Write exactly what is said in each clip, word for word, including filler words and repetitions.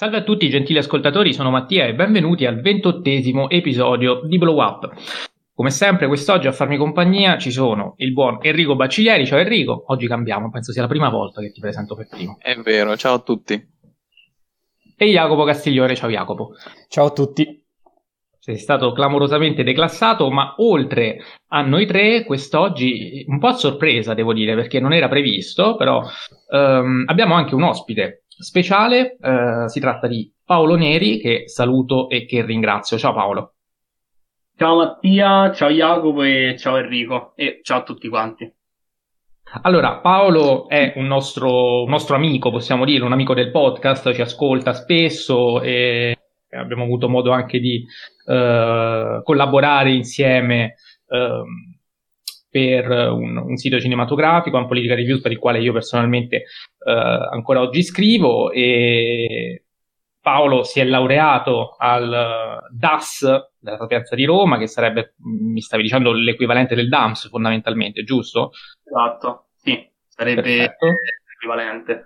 Salve a tutti gentili ascoltatori, sono Mattia e benvenuti al ventottesimo episodio di Blow Up. Come sempre quest'oggi a farmi compagnia ci sono il buon Enrico Bacciglieri. Ciao Enrico, oggi cambiamo, penso sia la prima volta che ti presento per primo. È vero, ciao a tutti. E Jacopo Castiglione. Ciao Jacopo. Ciao a tutti. Sei stato clamorosamente declassato, ma oltre a noi tre, quest'oggi un po' a sorpresa devo dire, perché non era previsto, però ehm, abbiamo anche un ospite speciale, eh, si tratta di Paolo Neri, che saluto e che ringrazio. Ciao Paolo. Ciao Mattia, ciao Jacopo e ciao Enrico e ciao a tutti quanti. Allora, Paolo è un nostro, un nostro amico, possiamo dire, un amico del podcast, ci ascolta spesso e abbiamo avuto modo anche di eh, collaborare insieme eh, per un, un sito cinematografico, un Politica Reviews, per il quale io personalmente eh, ancora oggi scrivo. E Paolo si è laureato al D A S della Sapienza di Roma, che sarebbe, mi stavi dicendo, l'equivalente del D A M S fondamentalmente, giusto? Esatto, sì, sarebbe Perfetto. l'equivalente.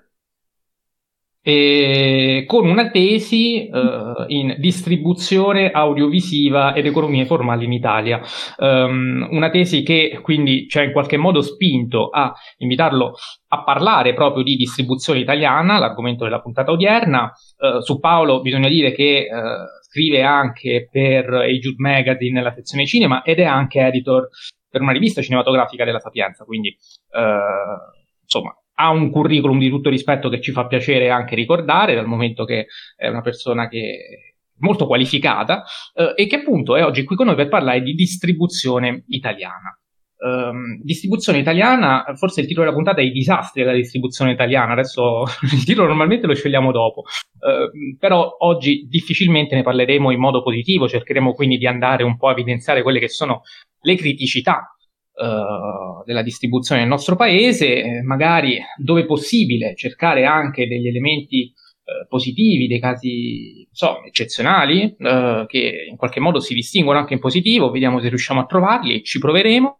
E con una tesi uh, in distribuzione audiovisiva ed economie formali in Italia. Um, una tesi che quindi ci ha in qualche modo spinto a invitarlo a parlare proprio di distribuzione italiana, l'argomento della puntata odierna. Uh, su Paolo bisogna dire che uh, scrive anche per Agewood Magazine nella sezione cinema ed è anche editor per una rivista cinematografica della Sapienza, quindi uh, insomma ha un curriculum di tutto rispetto che ci fa piacere anche ricordare, dal momento che è una persona che è molto qualificata eh, e che appunto è oggi qui con noi per parlare di distribuzione italiana. Um, distribuzione italiana, forse il titolo della puntata è I disastri della distribuzione italiana, adesso il titolo normalmente lo scegliamo dopo, uh, però oggi difficilmente ne parleremo in modo positivo, cercheremo quindi di andare un po' a evidenziare quelle che sono le criticità Uh, della distribuzione nel nostro paese, eh, magari dove possibile cercare anche degli elementi uh, positivi, dei casi so, eccezionali uh, che in qualche modo si distinguono anche in positivo. Vediamo se riusciamo a trovarli, ci proveremo.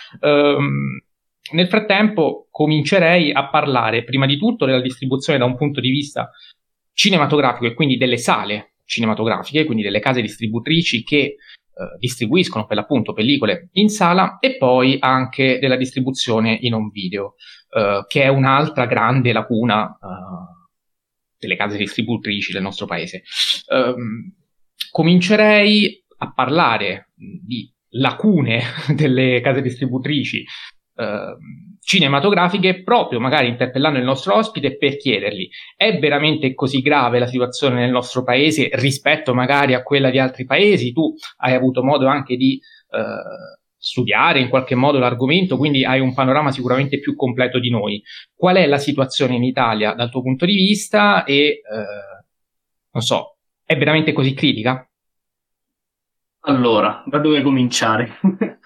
Um, nel frattempo comincerei a parlare prima di tutto della distribuzione da un punto di vista cinematografico e quindi delle sale cinematografiche, quindi delle case distributrici che distribuiscono per l'appunto pellicole in sala, e poi anche della distribuzione in home video, uh, che è un'altra grande lacuna uh, delle case distributrici del nostro paese. Um, comincerei a parlare di lacune delle case distributrici uh, cinematografiche, proprio magari interpellando il nostro ospite per chiedergli: è veramente così grave la situazione nel nostro paese rispetto magari a quella di altri paesi? Tu hai avuto modo anche di uh, studiare in qualche modo l'argomento, quindi hai un panorama sicuramente più completo di noi. Qual è la situazione in Italia dal tuo punto di vista e uh, non so, è veramente così critica? Allora, da dove cominciare?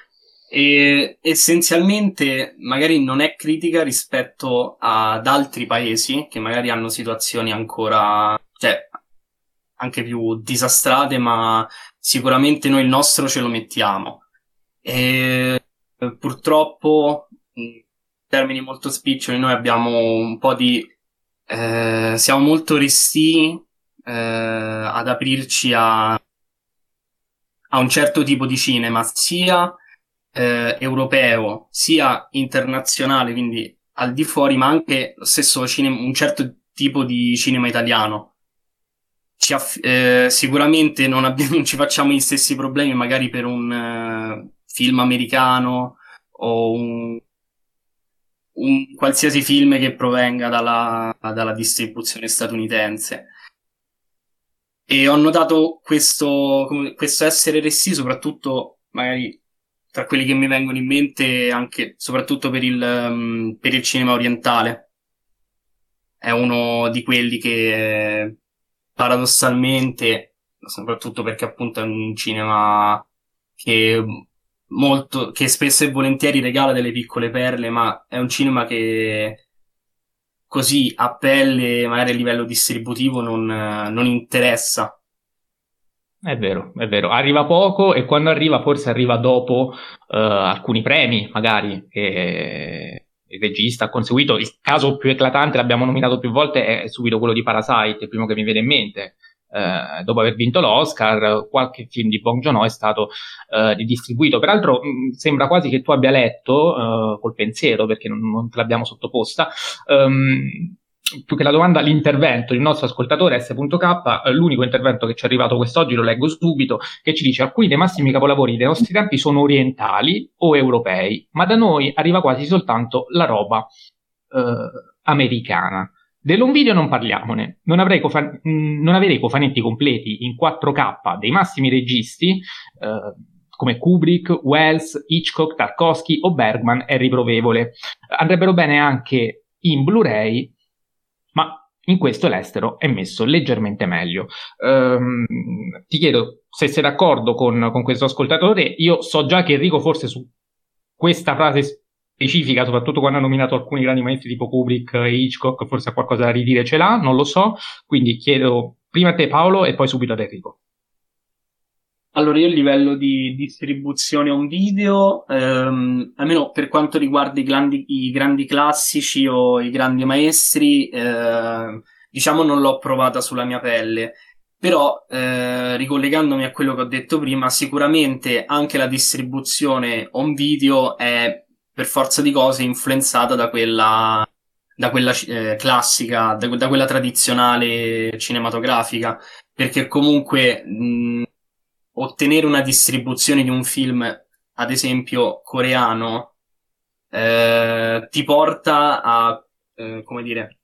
E essenzialmente magari non è critica rispetto ad altri paesi che magari hanno situazioni ancora, cioè, anche più disastrate, ma sicuramente noi il nostro ce lo mettiamo. E purtroppo, in termini molto spiccioli, noi abbiamo un po' di eh, siamo molto restii eh, ad aprirci a a un certo tipo di cinema, sia Eh, europeo sia internazionale, quindi al di fuori, ma anche lo stesso cinema, un certo tipo di cinema italiano. Ci aff- eh, sicuramente non, abbiamo, non ci facciamo gli stessi problemi magari per un uh, film americano o un, un qualsiasi film che provenga dalla, dalla distribuzione statunitense. E ho notato questo, questo essere restii soprattutto magari tra quelli che mi vengono in mente, anche soprattutto per il, um, per il cinema orientale. È uno di quelli che paradossalmente, soprattutto perché appunto è un cinema che molto, che spesso e volentieri regala delle piccole perle, ma è un cinema che così a pelle, magari a livello distributivo, non, non interessa. È vero, è vero, arriva poco e quando arriva forse arriva dopo uh, alcuni premi magari e, il regista ha conseguito. Il caso più eclatante, l'abbiamo nominato più volte, è subito quello di Parasite, il primo che mi viene in mente. Eh, dopo aver vinto l'Oscar, qualche film di Bong Joon-ho è stato eh, ridistribuito. Peraltro mh, sembra quasi che tu abbia letto eh, col pensiero, perché non, non te l'abbiamo sottoposta, um, più che la domanda, l'intervento del nostro ascoltatore S K, eh, l'unico intervento che ci è arrivato quest'oggi, lo leggo subito, che ci dice: alcuni dei massimi capolavori dei nostri tempi sono orientali o europei, ma da noi arriva quasi soltanto la roba eh, americana. Dell'home video non parliamone, non avrei, cofa- non avrei cofanetti completi in quattro K dei massimi registi eh, come Kubrick, Wells, Hitchcock, Tarkovsky o Bergman è riprovevole. Andrebbero bene anche in Blu-ray, ma in questo l'estero è messo leggermente meglio. Um, ti chiedo se sei d'accordo con, con questo ascoltatore. Io so già che Enrico forse su questa frase specifica, soprattutto quando ha nominato alcuni grandi maestri tipo Kubrick e Hitchcock, forse ha qualcosa da ridire, ce l'ha, non lo so, quindi chiedo prima a te Paolo e poi subito ad Enrico. Allora, io a livello di distribuzione home video, ehm, almeno per quanto riguarda i grandi, i grandi classici o i grandi maestri, eh, diciamo non l'ho provata sulla mia pelle, però eh, ricollegandomi a quello che ho detto prima, sicuramente anche la distribuzione home video è per forza di cose influenzata da quella, da quella eh, classica, da, da quella tradizionale cinematografica, perché comunque mh, ottenere una distribuzione di un film, ad esempio coreano, eh, ti porta a, eh, come dire,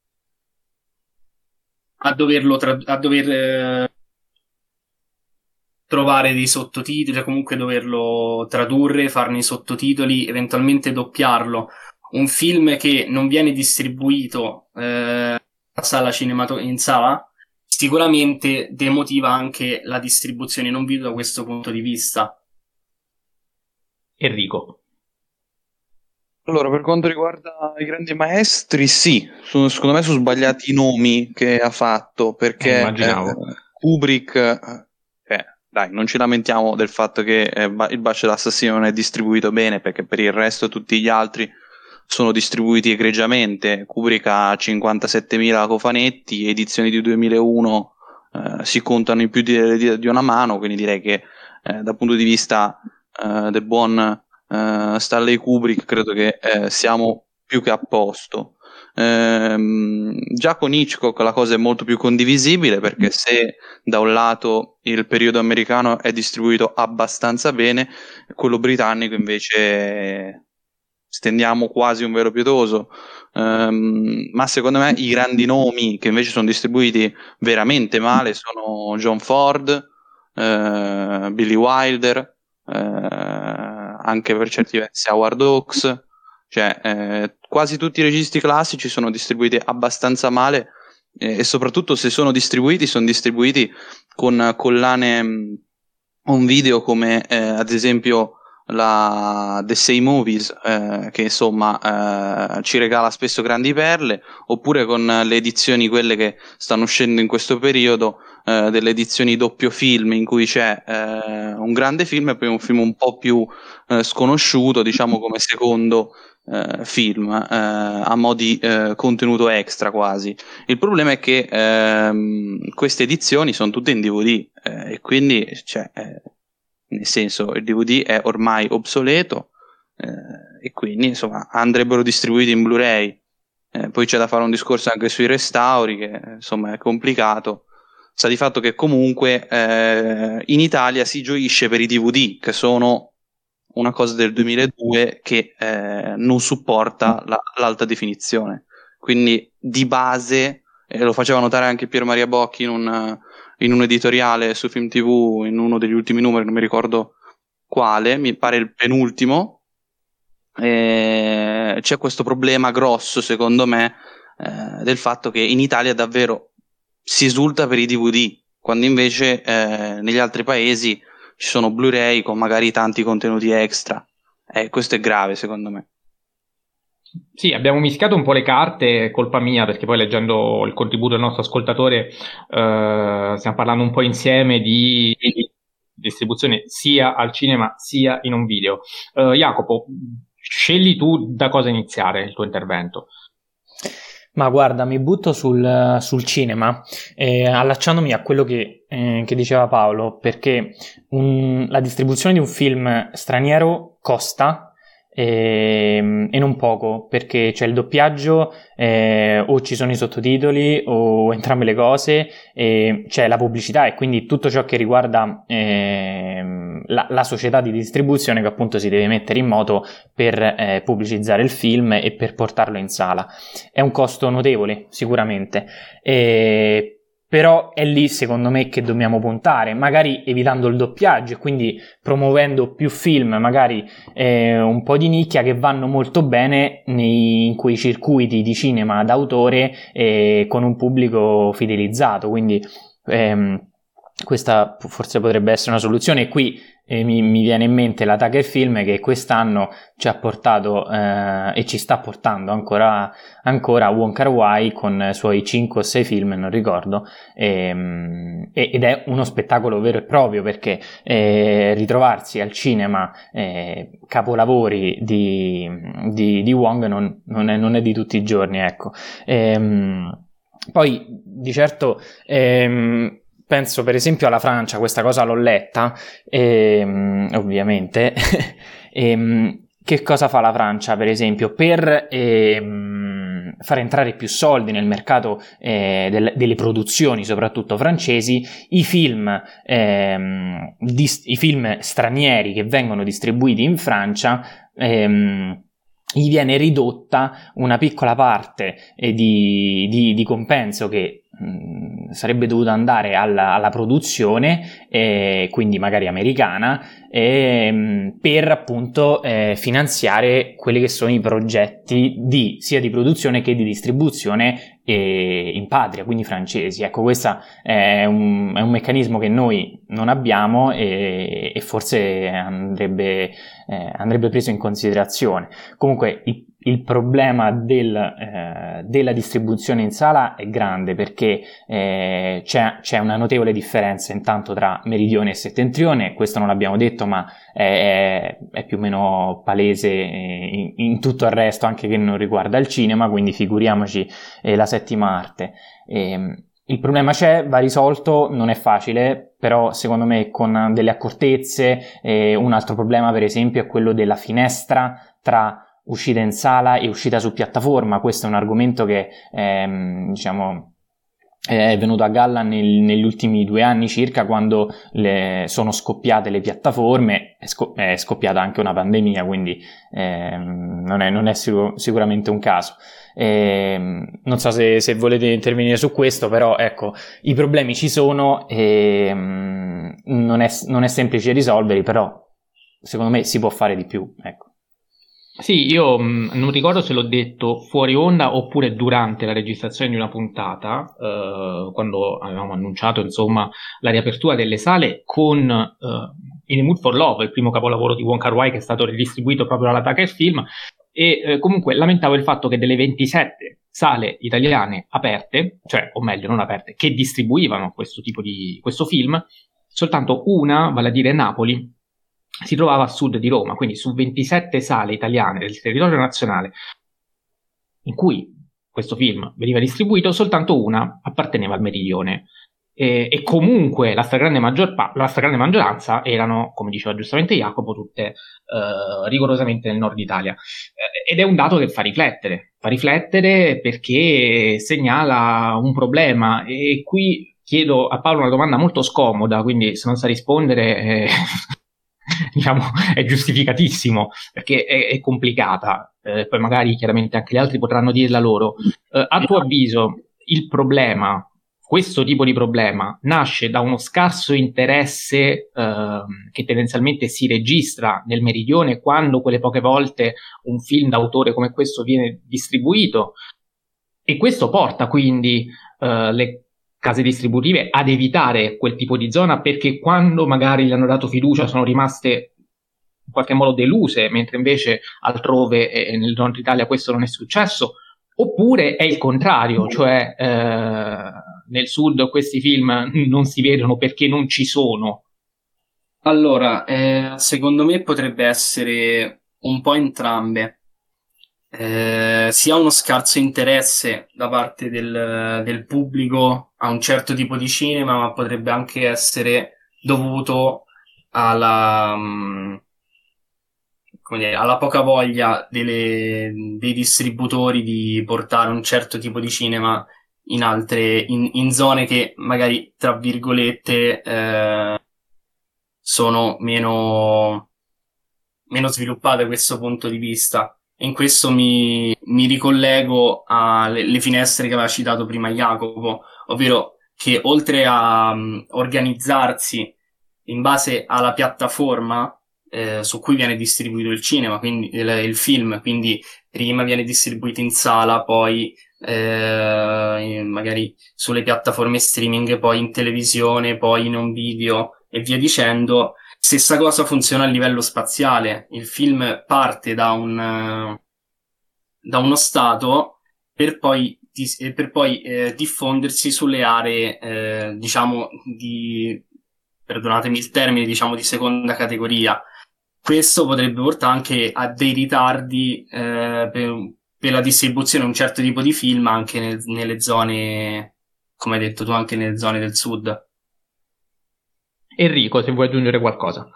a doverlo tra- a dover eh, trovare dei sottotitoli, comunque doverlo tradurre, farne i sottotitoli, eventualmente doppiarlo. Un film che non viene distribuito eh, a sala cinemato- in sala sicuramente demotiva anche la distribuzione in un video da questo punto di vista. Enrico. Allora, per quanto riguarda i grandi maestri, sì, sono- secondo me sono sbagliati i nomi che ha fatto, Eh, perché immaginavo. eh, Kubrick, eh, dai, non ci lamentiamo del fatto che eh, Ba- il Bacio dell'Assassino non è distribuito bene, perché per il resto tutti gli altri sono distribuiti egregiamente. Kubrick ha cinquantasettemila cofanetti, edizioni di duemilauno eh, si contano in più di, di, di una mano, quindi direi che eh, dal punto di vista eh, del buon Uh, Stanley Kubrick credo che eh, siamo più che a posto. Ehm, già con Hitchcock la cosa è molto più condivisibile, perché se da un lato il periodo americano è distribuito abbastanza bene, quello britannico invece stendiamo quasi un velo pietoso. Ehm, ma secondo me i grandi nomi che invece sono distribuiti veramente male sono John Ford, eh, Billy Wilder, eh, anche per certi versi Howard Hawks, cioè eh, quasi tutti i registi classici sono distribuiti abbastanza male, eh, e soprattutto se sono distribuiti sono distribuiti con collane mh, un video come eh, ad esempio la The Say Movies, eh, che insomma eh, ci regala spesso grandi perle, oppure con le edizioni quelle che stanno uscendo in questo periodo, eh, delle edizioni doppio film in cui c'è eh, un grande film e poi un film un po' più eh, sconosciuto, diciamo come secondo eh, film, eh, a mo' di eh, contenuto extra quasi. Il problema è che ehm, queste edizioni sono tutte in D V D, eh, e quindi cioè, eh, nel senso il D V D è ormai obsoleto, eh, e quindi insomma andrebbero distribuiti in Blu-ray. Eh, poi c'è da fare un discorso anche sui restauri, che insomma è complicato. Sta di fatto che comunque eh, in Italia si gioisce per i D V D, che sono una cosa del duemiladue che eh, non supporta la, l'alta definizione. Quindi di base, e lo faceva notare anche Pier Maria Bocchi in un, in un editoriale su Film T V, in uno degli ultimi numeri, non mi ricordo quale, mi pare il penultimo, eh, c'è questo problema grosso, secondo me, eh, del fatto che in Italia davvero si esulta per i D V D, quando invece eh, negli altri paesi ci sono Blu-ray con magari tanti contenuti extra. Eh, questo è grave, secondo me. Sì, abbiamo mischiato un po' le carte, colpa mia, perché poi leggendo il contributo del nostro ascoltatore eh, stiamo parlando un po' insieme di distribuzione sia al cinema sia in un video. Uh, Jacopo, scegli tu da cosa iniziare il tuo intervento. Ma guarda, mi butto sul, sul cinema, eh, allacciandomi a quello che, eh, che diceva Paolo, perché un, la distribuzione di un film straniero costa, e, e non poco, perché c'è il doppiaggio, eh, o ci sono i sottotitoli o entrambe le cose, e c'è la pubblicità e quindi tutto ciò che riguarda eh, la, la società di distribuzione che appunto si deve mettere in moto per eh, pubblicizzare il film e per portarlo in sala. È un costo notevole sicuramente, e però è lì secondo me che dobbiamo puntare, magari evitando il doppiaggio e quindi promuovendo più film magari eh, un po' di nicchia che vanno molto bene nei, in quei circuiti di cinema d'autore eh, con un pubblico fidelizzato, quindi ehm, questa forse potrebbe essere una soluzione. E qui eh, mi, mi viene in mente la Tiger Film che quest'anno ci ha portato eh, e ci sta portando ancora ancora Wong Kar-wai con i suoi cinque o sei film, non ricordo, e, ed è uno spettacolo vero e proprio, perché eh, ritrovarsi al cinema eh, capolavori di, di, di Wong non, non, è, non è di tutti i giorni, ecco. E, poi di certo ehm, penso per esempio alla Francia, questa cosa l'ho letta, ehm, ovviamente. ehm, che cosa fa la Francia, per esempio, per ehm, far entrare più soldi nel mercato eh, del, delle produzioni, soprattutto francesi? I film, ehm, dis- i film stranieri che vengono distribuiti in Francia, ehm, gli viene ridotta una piccola parte eh, di, di, di compenso che mh, sarebbe dovuta andare alla, alla produzione, eh, quindi magari americana, eh, mh, per appunto eh, finanziare quelli che sono i progetti di, sia di produzione che di distribuzione eh, in patria, quindi francesi. Ecco, questo è un, è un meccanismo che noi non abbiamo e, e forse andrebbe, eh, andrebbe preso in considerazione. Comunque il, il problema del, eh, della distribuzione in sala è grande, perché eh, c'è, c'è una notevole differenza intanto tra meridione e settentrione. Questo non l'abbiamo detto, ma è, è più o meno palese in, in tutto il resto, anche che non riguarda il cinema, quindi figuriamoci eh, la settima arte. E, il problema c'è, va risolto, non è facile, però secondo me con delle accortezze. Eh, un altro problema per esempio è quello della finestra tra uscita in sala e uscita su piattaforma. Questo è un argomento che ehm, diciamo è venuto a galla nel, negli ultimi due anni circa, quando le, sono scoppiate le piattaforme. È, sco- è scoppiata anche una pandemia, quindi ehm, non è, non è sicur- sicuramente un caso. Ehm, non so se, se volete intervenire su questo, però ecco, i problemi ci sono e ehm, non, è, non è semplice risolverli, però secondo me si può fare di più, ecco. Sì, io mh, non ricordo se l'ho detto fuori onda oppure durante la registrazione di una puntata, eh, quando avevamo annunciato insomma la riapertura delle sale con eh, In the Mood for Love, il primo capolavoro di Wong Kar-wai che è stato ridistribuito proprio dalla Tiger Film, e eh, comunque lamentavo il fatto che delle ventisette sale italiane aperte, cioè o meglio non aperte, che distribuivano questo tipo di questo film, soltanto una, vale a dire Napoli, si trovava a sud di Roma. Quindi su ventisette sale italiane del territorio nazionale in cui questo film veniva distribuito, soltanto una apparteneva al meridione, e, e comunque la stragrande, maggior pa- la stragrande maggioranza erano, come diceva giustamente Jacopo, tutte eh, rigorosamente nel nord Italia, eh, ed è un dato che fa riflettere fa riflettere perché segnala un problema. E qui chiedo a Paolo una domanda molto scomoda, quindi se non sa rispondere eh, diciamo è giustificatissimo, perché è, è complicata, eh, poi magari chiaramente anche gli altri potranno dirla loro. Eh, a tuo avviso il problema, questo tipo di problema, nasce da uno scarso interesse eh, che tendenzialmente si registra nel meridione quando quelle poche volte un film d'autore come questo viene distribuito, e questo porta quindi eh, le case distributive ad evitare quel tipo di zona, perché quando magari gli hanno dato fiducia sono rimaste in qualche modo deluse, mentre invece altrove e nel nord Italia questo non è successo? Oppure è il contrario, cioè eh, nel sud questi film non si vedono perché non ci sono? Allora, eh, secondo me potrebbe essere un po' entrambe. Eh, sia uno scarso interesse da parte del, del pubblico a un certo tipo di cinema, ma potrebbe anche essere dovuto alla, mh, come dire, alla poca voglia delle, dei distributori di portare un certo tipo di cinema in altre, in, in zone che magari, tra virgolette, eh, sono meno, meno sviluppate da questo punto di vista. E in questo mi, mi ricollego alle le finestre che aveva citato prima Jacopo, ovvero che oltre a um, organizzarsi in base alla piattaforma eh, su cui viene distribuito il cinema, quindi il, il film, quindi prima viene distribuito in sala, poi eh, magari sulle piattaforme streaming, poi in televisione, poi in un video e via dicendo. Stessa cosa funziona a livello spaziale. Il film parte da un uh, da uno stato per poi, dis- per poi eh, diffondersi sulle aree, eh, diciamo, di, perdonatemi il termine, diciamo, di seconda categoria. Questo potrebbe portare anche a dei ritardi eh, per, per la distribuzione di un certo tipo di film anche nel, nelle zone, come hai detto tu, anche nelle zone del sud. Enrico, se vuoi aggiungere qualcosa.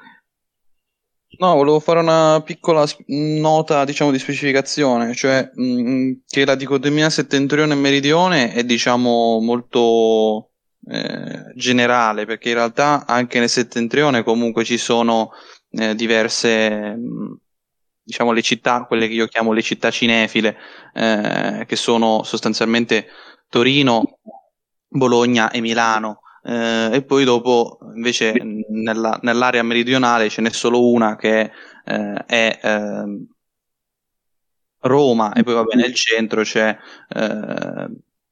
No, volevo fare una piccola sp- nota, diciamo, di specificazione, cioè mh, che la dicotomia settentrione e meridione è, diciamo, molto eh, generale, perché in realtà anche nel settentrione comunque ci sono eh, diverse, mh, diciamo, le città, quelle che io chiamo le città cinefile, eh, che sono sostanzialmente Torino, Bologna e Milano. Eh, e poi dopo invece nella- nell'area meridionale ce n'è solo una che eh, è ehm, Roma, e poi vabbè nel centro c'è eh,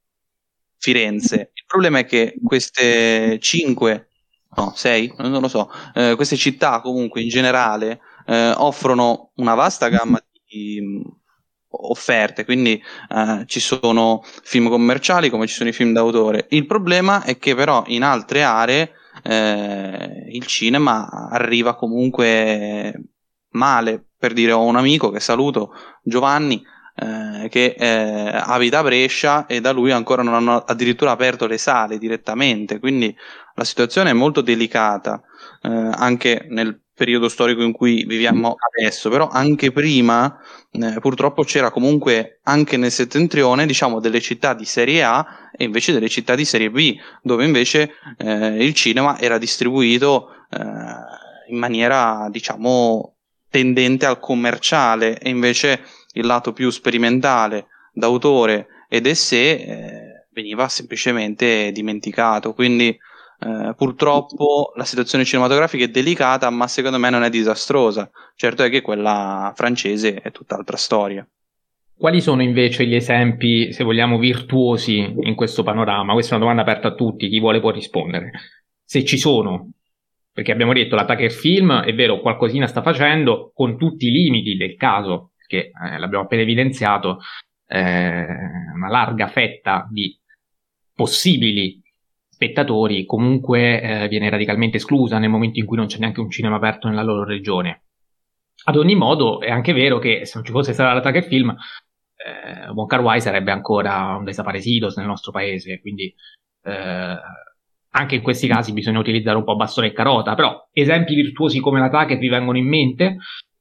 Firenze. Il problema è che queste cinque, no, sei, non lo so, eh, queste città comunque in generale eh, offrono una vasta gamma di mh, offerte, quindi eh, ci sono film commerciali come ci sono i film d'autore. Il problema è che però in altre aree eh, il cinema arriva comunque male. Per dire, ho un amico che saluto, Giovanni, eh, che eh, abita a Brescia e da lui ancora non hanno addirittura aperto le sale direttamente, quindi la situazione è molto delicata eh, anche nel periodo storico in cui viviamo adesso, però anche prima eh, purtroppo c'era comunque anche nel settentrione, diciamo, delle città di serie A e invece delle città di serie B, dove invece eh, il cinema era distribuito eh, in maniera, diciamo, tendente al commerciale, e invece il lato più sperimentale, d'autore ed essè eh, veniva semplicemente dimenticato. Quindi eh, purtroppo la situazione cinematografica è delicata, ma secondo me non è disastrosa. Certo è che quella francese è tutt'altra storia. Quali sono invece gli esempi, se vogliamo, virtuosi in questo panorama? Questa è una domanda aperta a tutti, chi vuole può rispondere. Se ci sono, perché abbiamo detto la Tucker Film, è vero, qualcosina sta facendo, con tutti i limiti del caso, che eh, l'abbiamo appena evidenziato, eh, una larga fetta di possibili spettatori comunque eh, viene radicalmente esclusa nel momento in cui non c'è neanche un cinema aperto nella loro regione. Ad ogni modo è anche vero che se non ci fosse stata la Tucker Film, eh, Wong Kar-wai sarebbe ancora un desaparecidos nel nostro paese, quindi eh, anche in questi casi bisogna utilizzare un po' bastone e carota, però esempi virtuosi come la Tucker vi vengono in mente?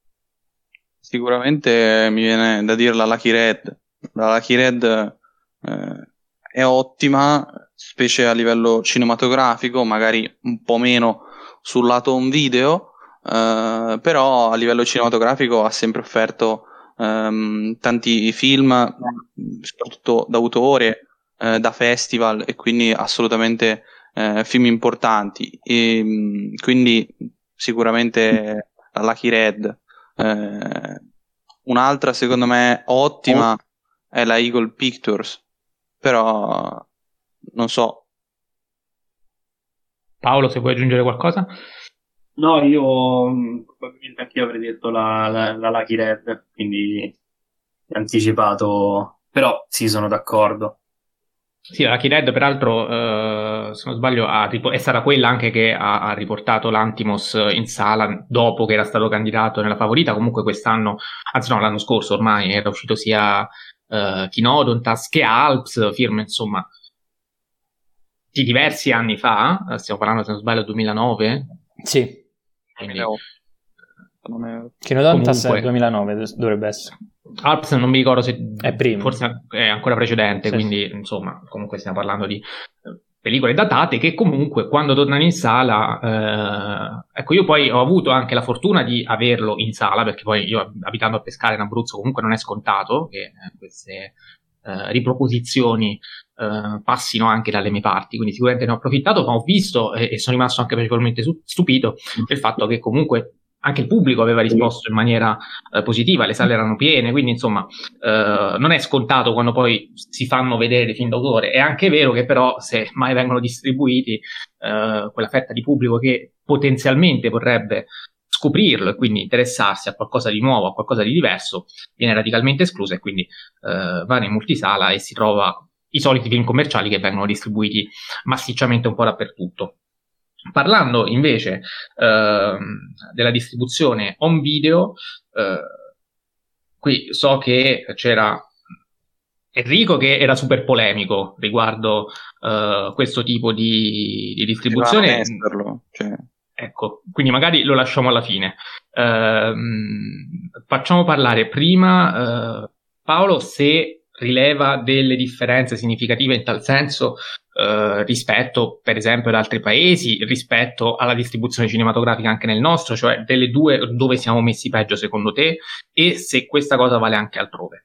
Sicuramente mi viene da dire la Lucky Red. La Lucky Red eh, è ottima, specie a livello cinematografico, magari un po' meno sul lato home video, eh, però a livello cinematografico ha sempre offerto ehm, tanti film, soprattutto d'autore, eh, da festival, e quindi assolutamente eh, film importanti. E, mh, quindi sicuramente la Lucky Red. Eh, un'altra secondo me ottima è la Eagle Pictures, però non so. Paolo, se vuoi aggiungere qualcosa? No, io mh, probabilmente anche io avrei detto la, la, la Lucky Red, quindi anticipato, però sì, sono d'accordo. Sì, la Lucky Red peraltro, eh, se non sbaglio, ha, tipo, è stata quella anche che ha, ha riportato l'Antimos in sala dopo che era stato candidato nella favorita. Comunque quest'anno, anzi no, l'anno scorso ormai era uscito sia eh, Kinodontas che Alps, firme insomma di diversi anni fa, eh, stiamo parlando se non sbaglio duemilanove. Sì. Quindi, Kinodontas è duemilanove, dovrebbe essere. Alps non mi ricordo se è prima, forse è ancora precedente, sì, quindi insomma comunque stiamo parlando di pellicole datate che comunque quando tornano in sala, eh, ecco, io poi ho avuto anche la fortuna di averlo in sala, perché poi io abitando a Pescara in Abruzzo comunque non è scontato che queste eh, riproposizioni eh, passino anche dalle mie parti, quindi sicuramente ne ho approfittato, ma ho visto e, e sono rimasto anche particolarmente stupito del fatto che comunque anche il pubblico aveva risposto in maniera eh, positiva, le sale erano piene, quindi insomma eh, non è scontato quando poi si fanno vedere dei film d'autore. È anche vero che però se mai vengono distribuiti eh, quella fetta di pubblico che potenzialmente vorrebbe scoprirlo e quindi interessarsi a qualcosa di nuovo, a qualcosa di diverso, viene radicalmente esclusa e quindi eh, va in multisala e si trova i soliti film commerciali che vengono distribuiti massicciamente un po' dappertutto. Parlando invece eh, della distribuzione home video, eh, qui so che c'era Enrico che era super polemico riguardo eh, questo tipo di, di distribuzione. Cioè. Ecco, quindi magari lo lasciamo alla fine. Eh, facciamo parlare prima eh, Paolo se rileva delle differenze significative in tal senso eh, rispetto per esempio ad altri paesi, rispetto alla distribuzione cinematografica anche nel nostro, cioè delle due dove siamo messi peggio secondo te e se questa cosa vale anche altrove.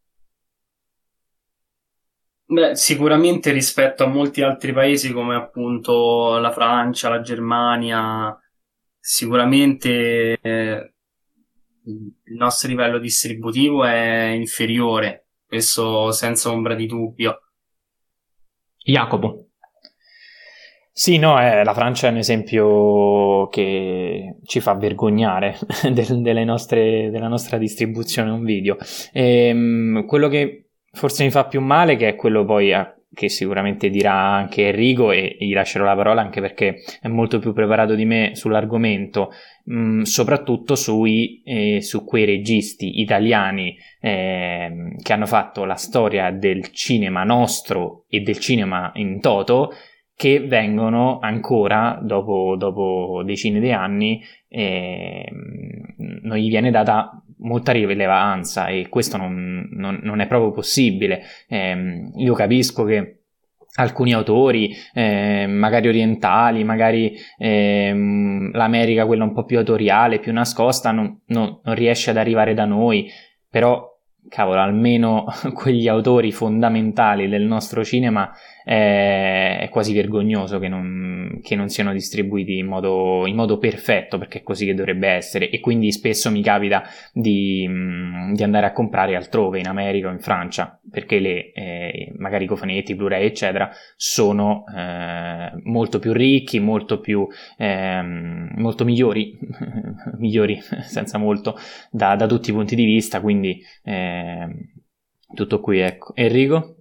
Beh, sicuramente rispetto a molti altri paesi come appunto la Francia, la Germania, sicuramente eh, il nostro livello distributivo è inferiore, questo senza ombra di dubbio. Jacopo. Sì, no, eh, la Francia è un esempio che ci fa vergognare del, delle nostre, della nostra distribuzione un video. E, quello che forse mi fa più male, che è quello poi a, che sicuramente dirà anche Enrico, e, e gli lascerò la parola anche perché è molto più preparato di me sull'argomento, mh, soprattutto sui, eh, su quei registi italiani eh, che hanno fatto la storia del cinema nostro e del cinema in toto, che vengono ancora, dopo, dopo decine di anni, eh, non gli viene data molta rilevanza e questo non, non, non è proprio possibile. Eh, io capisco che alcuni autori, eh, magari orientali, magari eh, l'America quella un po' più autoriale, più nascosta, non, non, non riesce ad arrivare da noi, però cavolo, almeno quegli autori fondamentali del nostro cinema è, è quasi vergognoso che non, che non siano distribuiti in modo, in modo perfetto, perché è così che dovrebbe essere. E quindi spesso mi capita di, di andare a comprare altrove, in America o in Francia, perché le eh, magari i cofanetti, Blu-ray eccetera sono eh, molto più ricchi, molto più eh, molto migliori migliori senza molto da, da tutti i punti di vista, quindi eh, tutto qui, ecco. Enrico?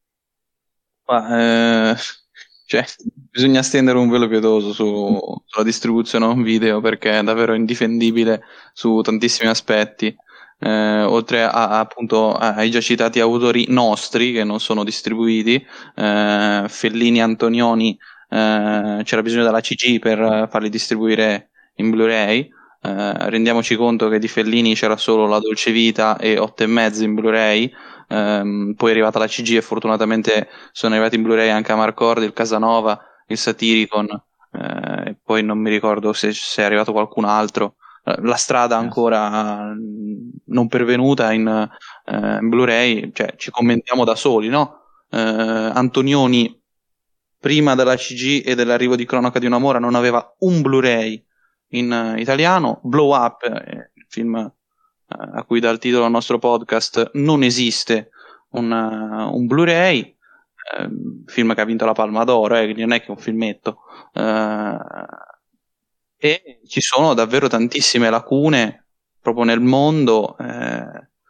Ma, eh, cioè, bisogna stendere un velo pietoso su, sulla distribuzione home video perché è davvero indifendibile su tantissimi aspetti. Eh, oltre a, appunto ai già citati autori nostri che non sono distribuiti, eh, Fellini, Antonioni, eh, c'era bisogno della C G per farli distribuire in Blu-ray. Eh, rendiamoci conto che di Fellini c'era solo La Dolce Vita e Otto e mezzo in Blu-ray. Um, poi è arrivata la C G e fortunatamente sono arrivati in Blu-ray anche Amarcord, il Casanova, il Satyricon, eh, e poi non mi ricordo se, se è arrivato qualcun altro. La Strada ancora uh, non pervenuta in, uh, in Blu-ray, cioè ci commentiamo da soli, no? Uh, Antonioni prima della C G e dell'arrivo di Cronaca di un'amora non aveva un Blu-ray in uh, italiano. Blow Up, eh, il film a cui dà il titolo al nostro podcast, non esiste un, uh, un Blu-ray, eh, film che ha vinto la Palma d'Oro, eh, quindi non è che è un filmetto, eh, e ci sono davvero tantissime lacune proprio nel mondo, eh,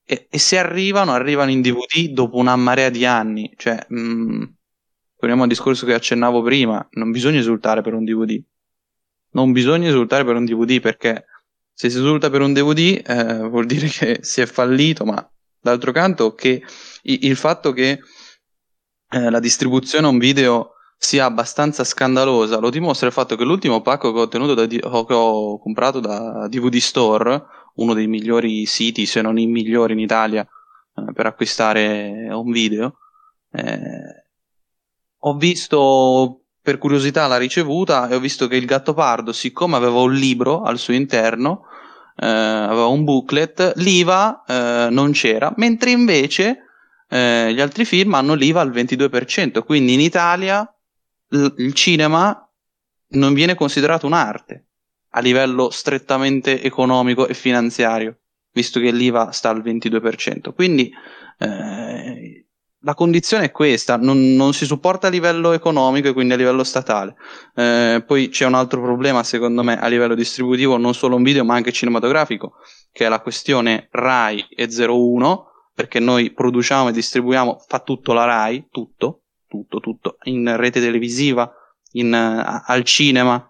e, e se arrivano, arrivano in D V D dopo una marea di anni. Cioè, mh, torniamo al discorso che accennavo prima, non bisogna esultare per un D V D. Non bisogna esultare per un D V D, perché se si esulta per un D V D eh, vuol dire che si è fallito, ma d'altro canto che il, il fatto che eh, la distribuzione a un video sia abbastanza scandalosa lo dimostra il fatto che l'ultimo pacco che ho ottenuto da D- che ho comprato da D V D Store, uno dei migliori siti, se non il migliore in Italia eh, per acquistare un video, eh, ho visto per curiosità la ricevuta e ho visto che il Gattopardo, siccome aveva un libro al suo interno, eh, aveva un booklet, l'I V A eh, non c'era, mentre invece eh, gli altri film hanno l'I V A al ventidue per cento, quindi in Italia l- il cinema non viene considerato un'arte a livello strettamente economico e finanziario, visto che l'I V A sta al ventidue per cento. Quindi eh, la condizione è questa, non, non si supporta a livello economico e quindi a livello statale. Eh, poi c'è un altro problema, secondo me, a livello distributivo, non solo un video ma anche cinematografico, che è la questione Rai e zero uno, perché noi produciamo e distribuiamo, fa tutto la Rai, tutto, tutto, tutto, in rete televisiva, in, uh, al cinema,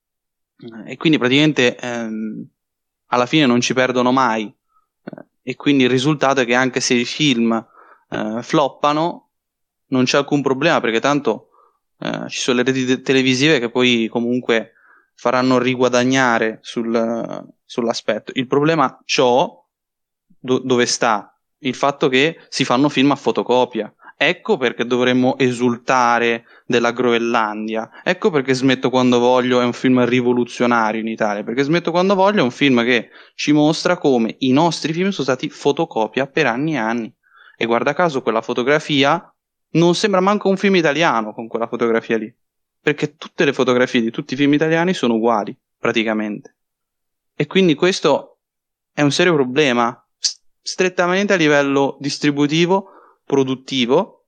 e quindi praticamente ehm, alla fine non ci perdono mai, eh, e quindi il risultato è che anche se i film eh, floppano non c'è alcun problema, perché tanto eh, ci sono le reti te- televisive che poi comunque faranno riguadagnare sul, sull'aspetto. Il problema c'ho do- dove sta? Il fatto che si fanno film a fotocopia. Ecco perché dovremmo esultare della Groenlandia. Ecco perché Smetto quando voglio è un film rivoluzionario in Italia. Perché Smetto quando voglio è un film che ci mostra come i nostri film sono stati fotocopia per anni e anni. E guarda caso quella fotografia non sembra manco un film italiano con quella fotografia lì. Perché tutte le fotografie di tutti i film italiani sono uguali, praticamente. E quindi questo è un serio problema, strettamente a livello distributivo, produttivo,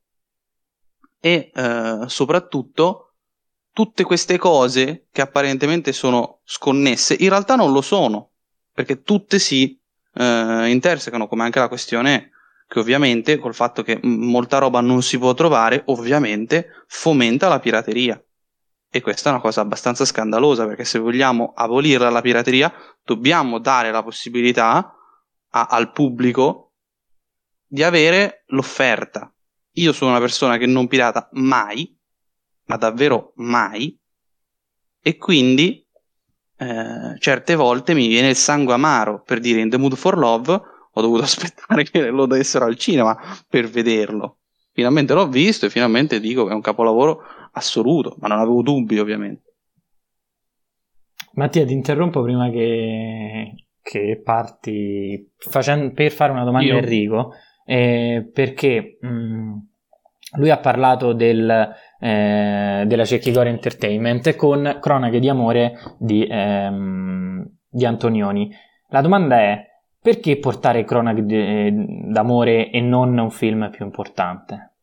e eh, soprattutto tutte queste cose che apparentemente sono sconnesse in realtà non lo sono, perché tutte si eh, intersecano, come anche la questione che ovviamente col fatto che molta roba non si può trovare ovviamente fomenta la pirateria, e questa è una cosa abbastanza scandalosa, perché se vogliamo abolirla la pirateria dobbiamo dare la possibilità a, al pubblico di avere l'offerta. Io sono una persona che non pirata mai, ma davvero mai, e quindi eh, certe volte mi viene il sangue amaro, per dire in The Mood for Love ho dovuto aspettare che lo dessero al cinema per vederlo. Finalmente l'ho visto e finalmente dico che è un capolavoro assoluto, ma non avevo dubbi ovviamente. Mattia, ti interrompo prima che, che parti facendo, per fare una domanda Io? a Enrico. Eh, perché mh, lui ha parlato del, eh, della Cecchigore Entertainment con Cronache di amore di, ehm, di Antonioni. La domanda è: perché portare Cronache di, eh, d'amore e non un film più importante?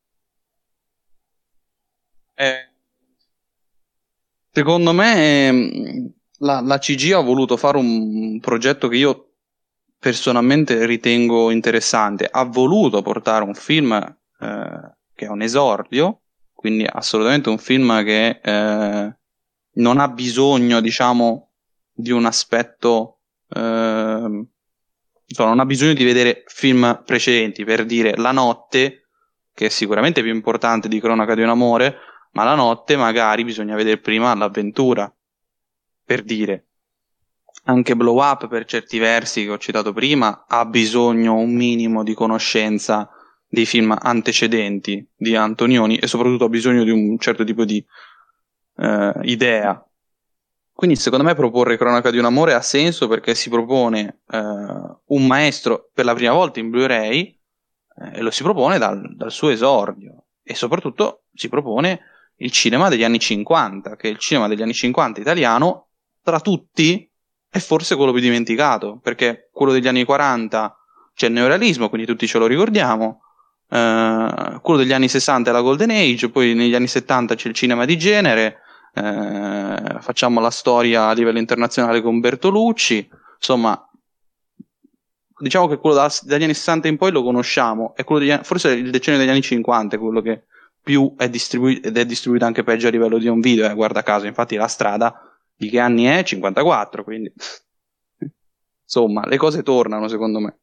Eh, secondo me la, la C G ha voluto fare un progetto che io personalmente ritengo interessante. Ha voluto portare un film eh, che è un esordio, quindi assolutamente un film che eh, non ha bisogno, diciamo, di un aspetto, eh, insomma, non ha bisogno di vedere film precedenti, per dire La notte, che è sicuramente più importante di Cronaca di un amore, ma La notte magari bisogna vedere prima L'avventura, per dire. Anche Blow Up, per certi versi che ho citato prima, ha bisogno un minimo di conoscenza dei film antecedenti di Antonioni e soprattutto ha bisogno di un certo tipo di eh, idea. Quindi secondo me proporre Cronaca di un amore ha senso, perché si propone eh, un maestro per la prima volta in Blu-ray eh, e lo si propone dal, dal suo esordio, e soprattutto si propone il cinema degli anni cinquanta, che è il cinema degli anni cinquanta italiano, tra tutti è forse quello più dimenticato, perché quello degli anni quaranta c'è il neorealismo, quindi tutti ce lo ricordiamo, eh, quello degli anni sessanta è la Golden Age, poi negli anni settanta c'è il cinema di genere, eh, facciamo la storia a livello internazionale con Bertolucci, insomma diciamo che quello da- dagli anni sessanta in poi lo conosciamo, è quello degli anni- forse il decennio degli anni cinquanta è quello che più è distribuito, ed è distribuito anche peggio a livello di un video, eh, guarda caso, infatti La Strada di che anni è? cinquantaquattro, quindi insomma le cose tornano secondo me.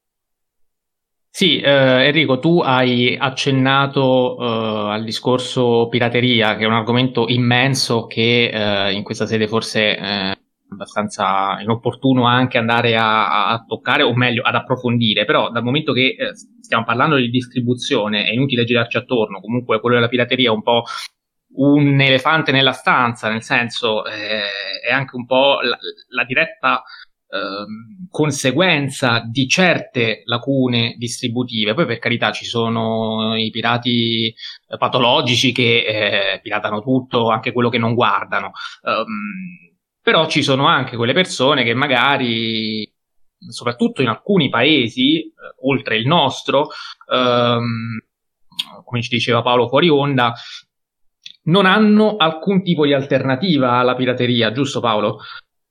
Sì, eh, Enrico, tu hai accennato eh, al discorso pirateria, che è un argomento immenso che eh, in questa sede forse è abbastanza inopportuno anche andare a, a toccare, o meglio, ad approfondire, però dal momento che eh, stiamo parlando di distribuzione è inutile girarci attorno, comunque quello della pirateria è un po' un elefante nella stanza, nel senso eh, è anche un po' la, la diretta Ehm, conseguenza di certe lacune distributive. Poi per carità ci sono i pirati eh, patologici che eh, piratano tutto, anche quello che non guardano, Ehm, però ci sono anche quelle persone che magari, soprattutto in alcuni paesi, eh, oltre il nostro, ehm, come ci diceva Paolo fuori onda, non hanno alcun tipo di alternativa alla pirateria, giusto Paolo?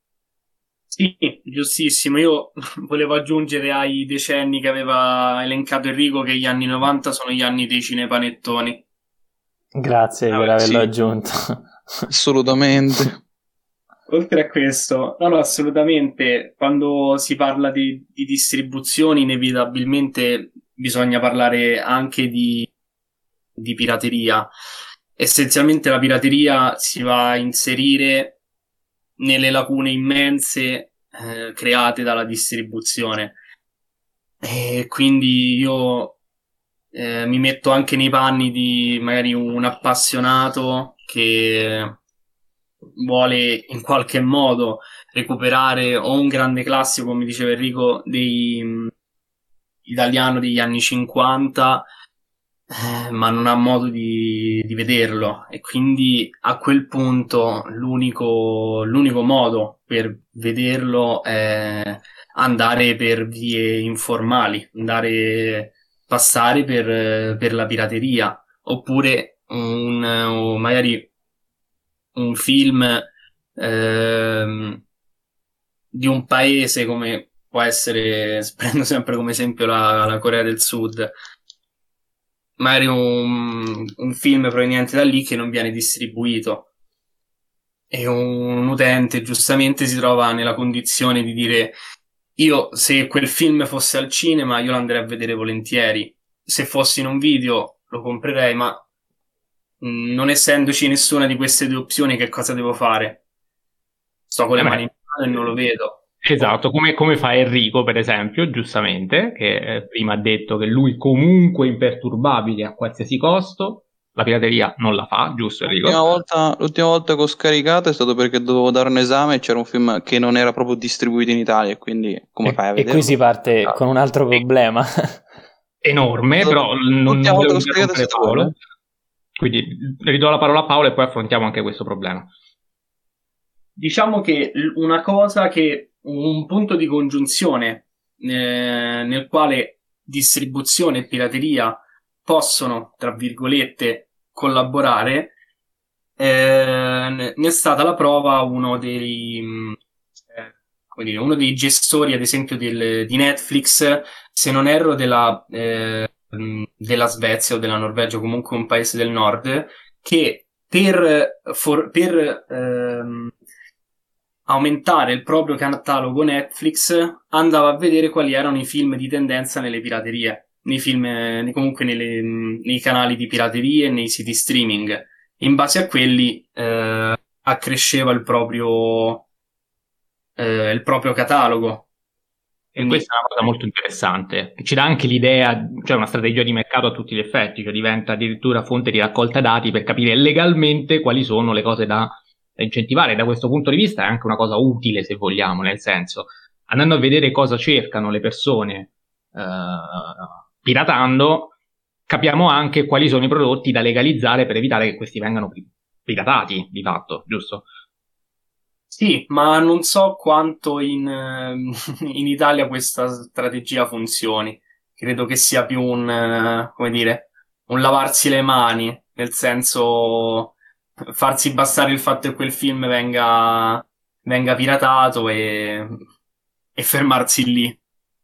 Sì, giustissimo. Io volevo aggiungere ai decenni che aveva elencato Enrico che gli anni novanta sono gli anni dei cinepanettoni. Grazie Ah, per beh, averlo sì. aggiunto. Assolutamente. Oltre a questo, no, no, assolutamente, quando si parla di, di distribuzione, inevitabilmente bisogna parlare anche di, di pirateria. Essenzialmente la pirateria si va a inserire nelle lacune immense eh, create dalla distribuzione. E quindi io eh, mi metto anche nei panni di magari un appassionato che vuole in qualche modo recuperare o un grande classico, come diceva Enrico, dei, mh, italiano degli anni cinquanta, eh, ma non ha modo di, di vederlo, e quindi a quel punto l'unico, l'unico modo per vederlo è andare per vie informali, andare passare per, per la pirateria, oppure un, o magari un film ehm, di un paese come può essere, prendo sempre come esempio la, la Corea del Sud, magari un, un film proveniente da lì che non viene distribuito, e un utente giustamente si trova nella condizione di dire: io, se quel film fosse al cinema, io lo andrei a vedere volentieri, se fosse in un video lo comprerei, ma mh, non essendoci nessuna di queste due opzioni, che cosa devo fare? Sto con le Eh beh, mani in mano e non lo vedo. esatto, come, come fa Enrico, per esempio, giustamente, che eh, prima ha detto che lui comunque imperturbabile a qualsiasi costo, la pirateria non la fa, giusto Enrico? L'ultima volta, l'ultima volta che ho scaricato è stato perché dovevo dare un esame e c'era un film che non era proprio distribuito in Italia, e quindi come E, fai a e vederlo? qui si parte con un altro problema. Enorme, però non, non L'ultima volta volevo che ho scaricato è interrompere stato Paolo, quello. quindi ridò la parola a Paolo e poi affrontiamo anche questo problema. Diciamo che l- una cosa che, un punto di congiunzione eh, nel quale distribuzione e pirateria possono, tra virgolette, collaborare, eh, ne ne è stata la prova uno dei, mh, eh, come dire, uno dei gestori, ad esempio, del- di Netflix, se non erro, della, eh, mh, della Svezia o della Norvegia, comunque un paese del nord, che per, for- per ehm, aumentare il proprio catalogo Netflix andava a vedere quali erano i film di tendenza nelle piraterie, nei film, eh, comunque nelle, mh, nei canali di piraterie e nei siti streaming. In base a quelli eh, accresceva il proprio, eh, il proprio catalogo. E Quindi, questa è una cosa molto interessante, che ci dà anche l'idea, cioè una strategia di mercato a tutti gli effetti, cioè diventa addirittura fonte di raccolta dati per capire legalmente quali sono le cose da, da incentivare. Da questo punto di vista è anche una cosa utile, se vogliamo, nel senso, andando a vedere cosa cercano le persone eh, piratando, capiamo anche quali sono i prodotti da legalizzare per evitare che questi vengano pi- piratati, di fatto, giusto? sì, ma non so quanto in, ehm, in Italia questa strategia funzioni. Credo che sia più un, eh, come dire, un lavarsi le mani, nel senso farsi bastare il fatto che quel film venga, venga piratato e, e fermarsi lì.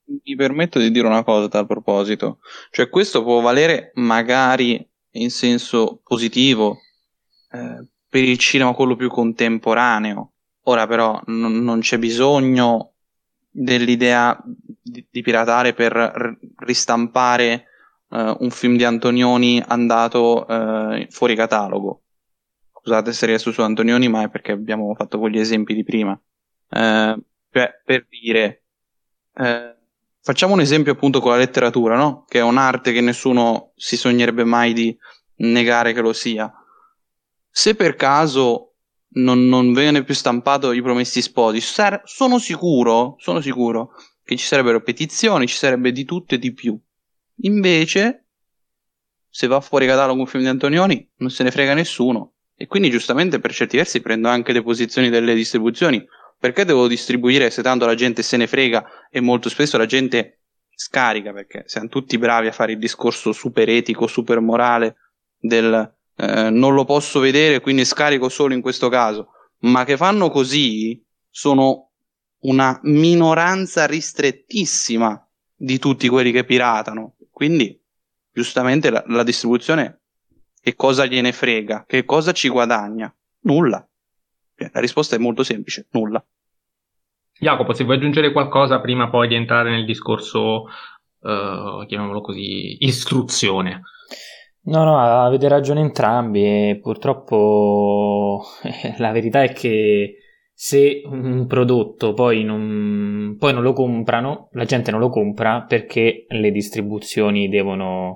Mi permetto di dire una cosa a tal proposito, cioè questo può valere magari in senso positivo eh, per il cinema quello più contemporaneo. Ora però non, non c'è bisogno dell'idea di, di piratare per r- ristampare eh, un film di Antonioni andato eh, fuori catalogo. Scusate se riesco su Antonioni, ma è perché abbiamo fatto quegli esempi di prima. Eh, cioè, per dire, eh, facciamo un esempio appunto con la letteratura, no? Che è un'arte che nessuno si sognerebbe mai di negare che lo sia. Se per caso non, non viene più stampato I Promessi Sposi, sar- sono sicuro, sono sicuro che ci sarebbero petizioni, ci sarebbe di tutto e di più. Invece, se va fuori catalogo un film di Antonioni, non se ne frega nessuno. E quindi giustamente per certi versi prendo anche le posizioni delle distribuzioni. Perché devo distribuire se tanto la gente se ne frega e molto spesso la gente scarica, perché siamo tutti bravi a fare il discorso super etico, super morale del eh, non lo posso vedere quindi scarico solo in questo caso, ma che fanno così sono una minoranza ristrettissima di tutti quelli che piratano. Quindi giustamente la, la distribuzione che cosa gliene frega, che cosa ci guadagna? Nulla. La risposta è molto semplice, nulla. Jacopo, se vuoi aggiungere qualcosa prima poi di entrare nel discorso, uh, chiamiamolo così, istruzione. No, no, avete ragione entrambi e purtroppo la verità è che se un prodotto poi non, poi non lo comprano, la gente non lo compra perché le distribuzioni devono,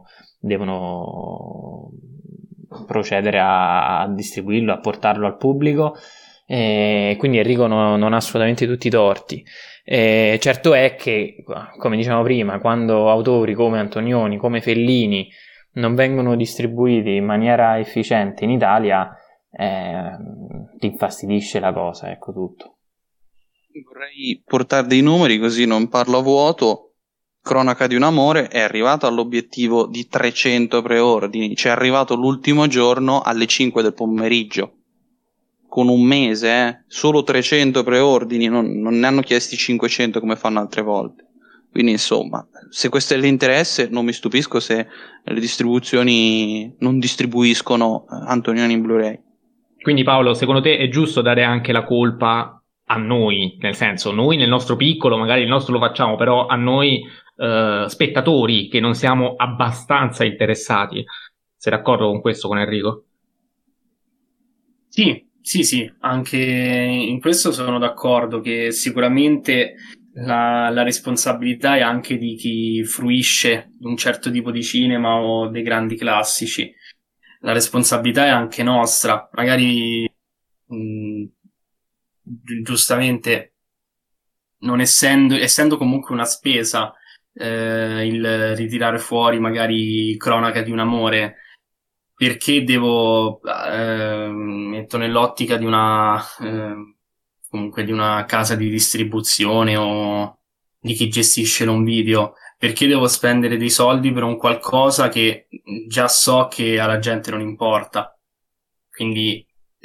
devono procedere a, a distribuirlo, a portarlo al pubblico. E quindi Enrico no, non ha assolutamente tutti i torti. E certo è che, come dicevamo prima, quando autori come Antonioni, come Fellini non vengono distribuiti in maniera efficiente in Italia, eh, ti infastidisce la cosa, ecco tutto. Vorrei portare dei numeri così non parlo a vuoto. Cronaca di un amore è arrivato all'obiettivo di trecento preordini, cioè è arrivato l'ultimo giorno alle cinque del pomeriggio. Con un mese, eh, solo trecento preordini, non, non ne hanno chiesti cinquecento come fanno altre volte. Quindi insomma, se questo è l'interesse, non mi stupisco se le distribuzioni non distribuiscono Antonioni in Blu-ray. Quindi Paolo, secondo te è giusto dare anche la colpa a noi? Nel senso, noi nel nostro piccolo, magari il nostro lo facciamo, però a noi eh, spettatori che non siamo abbastanza interessati. Sei d'accordo con questo, con Enrico? Sì, sì, sì, anche in questo sono d'accordo che sicuramente la, la responsabilità è anche di chi fruisce un certo tipo di cinema o dei grandi classici. La responsabilità è anche nostra, magari mh, giustamente non essendo, essendo comunque una spesa eh, il ritirare fuori magari Cronaca di un amore, perché devo eh, metto nell'ottica di una eh, comunque di una casa di distribuzione o di chi gestisce l'home video, perché devo spendere dei soldi per un qualcosa che già so che alla gente non importa. Quindi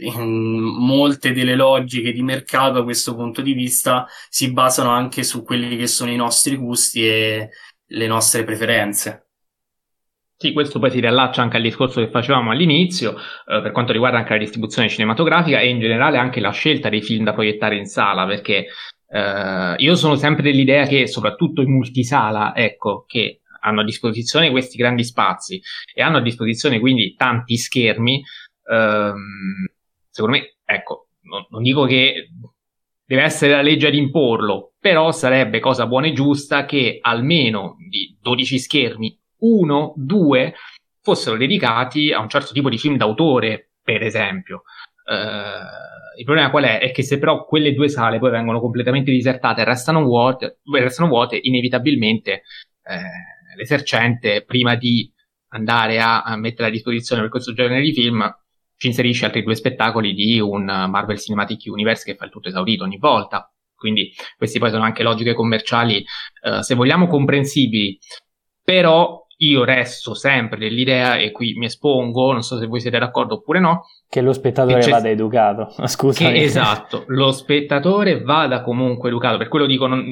molte delle logiche di mercato da questo punto di vista si basano anche su quelli che sono i nostri gusti e le nostre preferenze. Sì, questo poi si riallaccia anche al discorso che facevamo all'inizio eh, per quanto riguarda anche la distribuzione cinematografica e in generale anche la scelta dei film da proiettare in sala, perché eh, io sono sempre dell'idea che soprattutto i multisala, ecco, che hanno a disposizione questi grandi spazi e hanno a disposizione quindi tanti schermi, ehm, secondo me, ecco, non, non dico che deve essere la legge ad imporlo, però sarebbe cosa buona e giusta che almeno di dodici schermi uno, due fossero dedicati a un certo tipo di film d'autore, per esempio. Uh, il problema qual è? È che se però quelle due sale poi vengono completamente disertate e restano vuote, restano vuote inevitabilmente eh, l'esercente, prima di andare a, a mettere a disposizione per questo genere di film, ci inserisce altri due spettacoli di un Marvel Cinematic Universe che fa il tutto esaurito ogni volta. Quindi questi poi sono anche logiche commerciali, uh, se vogliamo, comprensibili, però io resto sempre dell'idea, e qui mi espongo, non so se voi siete d'accordo oppure no, che lo spettatore che vada educato. Scusami. Che, esatto, lo spettatore vada comunque educato, per quello dico, non,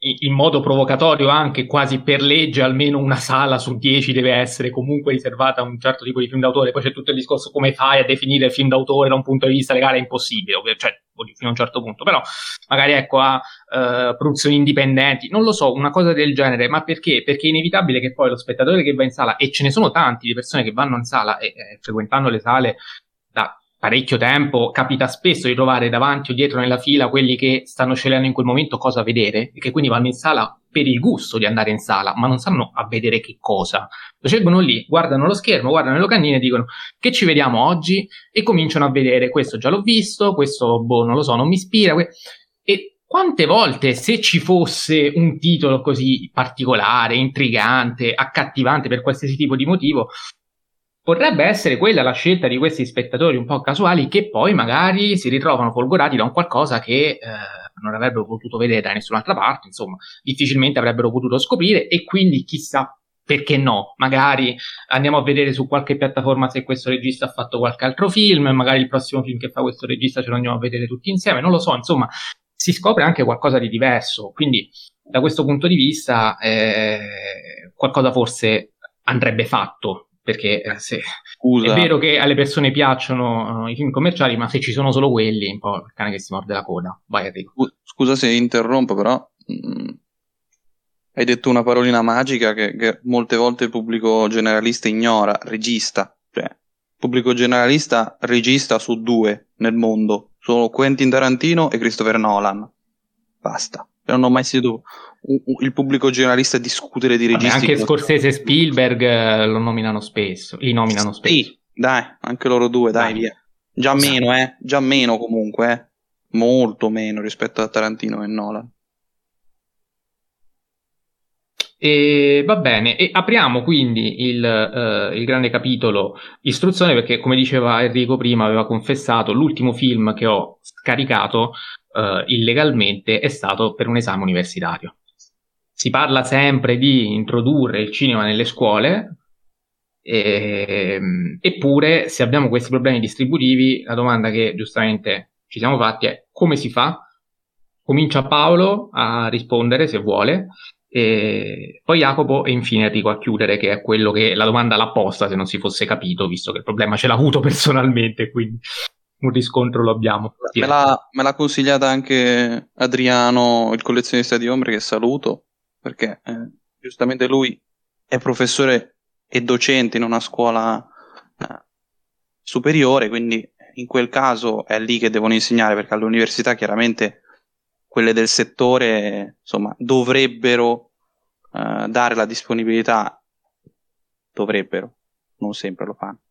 in modo provocatorio anche, quasi per legge, almeno una sala su dieci deve essere comunque riservata a un certo tipo di film d'autore. Poi c'è tutto il discorso come fai a definire il film d'autore da un punto di vista legale, è impossibile, cioè fino a un certo punto, però magari ecco a uh, produzioni indipendenti, non lo so, una cosa del genere. Ma perché? Perché è inevitabile che poi lo spettatore che va in sala, e ce ne sono tanti di persone che vanno in sala e eh, frequentando le sale da parecchio tempo, capita spesso di trovare davanti o dietro nella fila quelli che stanno scegliendo in quel momento cosa vedere e che quindi vanno in sala per il gusto di andare in sala, ma non sanno a vedere che cosa. Lo scelgono lì, guardano lo schermo, guardano le locandine e dicono che ci vediamo oggi, e cominciano a vedere questo già l'ho visto, questo boh non lo so, non mi ispira. Que- e quante volte, se ci fosse un titolo così particolare, intrigante, accattivante per qualsiasi tipo di motivo, potrebbe essere quella la scelta di questi spettatori un po' casuali, che poi magari si ritrovano folgorati da un qualcosa che eh, non avrebbero potuto vedere da nessun'altra parte, insomma, difficilmente avrebbero potuto scoprire, e quindi chissà perché no, magari andiamo a vedere su qualche piattaforma se questo regista ha fatto qualche altro film, magari il prossimo film che fa questo regista ce lo andiamo a vedere tutti insieme, non lo so, insomma, si scopre anche qualcosa di diverso, quindi da questo punto di vista eh, qualcosa forse andrebbe fatto. Perché eh, se, è vero che alle persone piacciono uh, i film commerciali, ma se ci sono solo quelli, è un po' il cane che si morde la coda. Vai, Enrico. Scusa se interrompo, però mh, hai detto una parolina magica che, che molte volte il pubblico generalista ignora: regista. Cioè, pubblico generalista, regista su due nel mondo, sono Quentin Tarantino e Christopher Nolan. Basta. Non ho mai sentito il pubblico generalista discutere di registi. Vabbè, anche Scorsese e Spielberg eh, lo nominano spesso, li nominano spesso. Sì, dai, anche loro due, dai, dai. via. Già sì. meno, eh, già meno comunque, eh. Molto meno rispetto a Tarantino e Nolan. E va bene, e apriamo quindi il, uh, il grande capitolo istruzione, perché come diceva Enrico prima, aveva confessato, l'ultimo film che ho scaricato Uh, illegalmente è stato per un esame universitario. Si parla sempre di introdurre il cinema nelle scuole, e, eppure se abbiamo questi problemi distributivi, la domanda che giustamente ci siamo fatti è: come si fa? Comincia Paolo a rispondere se vuole, e poi Jacopo, e infine Enrico a chiudere, che è quello che la domanda l'ha posta, se non si fosse capito, visto che il problema ce l'ha avuto personalmente, quindi un riscontro lo abbiamo. Me l'ha, me l'ha consigliata anche Adriano, il collezionista di ombre, che saluto, perché eh, giustamente lui è professore e docente in una scuola eh, superiore, quindi in quel caso è lì che devono insegnare, perché all'università chiaramente quelle del settore insomma dovrebbero eh, dare la disponibilità, dovrebbero, non sempre lo fanno.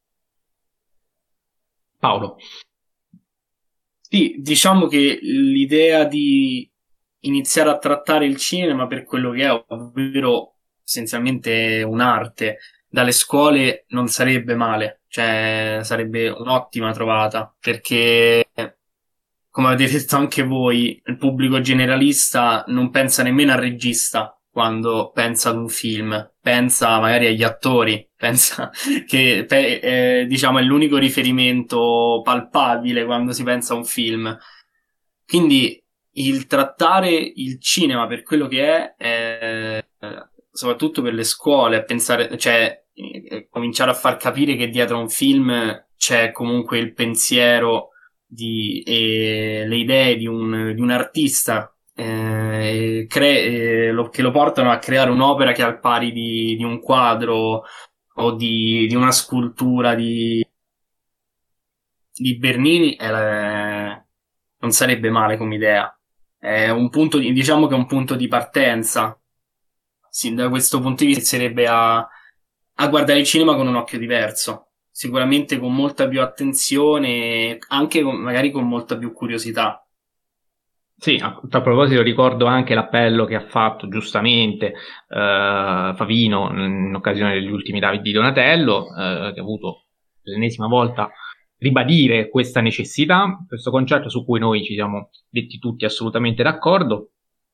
Paolo. Sì, diciamo che l'idea di iniziare a trattare il cinema per quello che è, ovvero essenzialmente un'arte, dalle scuole non sarebbe male, cioè sarebbe un'ottima trovata, perché come avete detto anche voi, il pubblico generalista non pensa nemmeno al regista quando pensa ad un film, pensa magari agli attori, pensa che eh, diciamo è l'unico riferimento palpabile quando si pensa a un film. Quindi il trattare il cinema per quello che è, è soprattutto per le scuole, pensare, cioè eh, cominciare a far capire che dietro a un film c'è comunque il pensiero di, e le idee di un, di un artista, Eh, cre- eh, lo, che lo portano a creare un'opera che è al pari di, di un quadro o di, di una scultura di, di Bernini, eh, non sarebbe male come idea. È un punto di, diciamo che è un punto di partenza. Sì, da questo punto di vista sarebbe a, a guardare il cinema con un occhio diverso, sicuramente con molta più attenzione, anche con, magari con molta più curiosità. Sì, a tal proposito ricordo anche l'appello che ha fatto giustamente uh, Favino in occasione degli ultimi David di Donatello, uh, che ha avuto l'ennesima volta ribadire questa necessità, questo concetto su cui noi ci siamo detti tutti assolutamente d'accordo,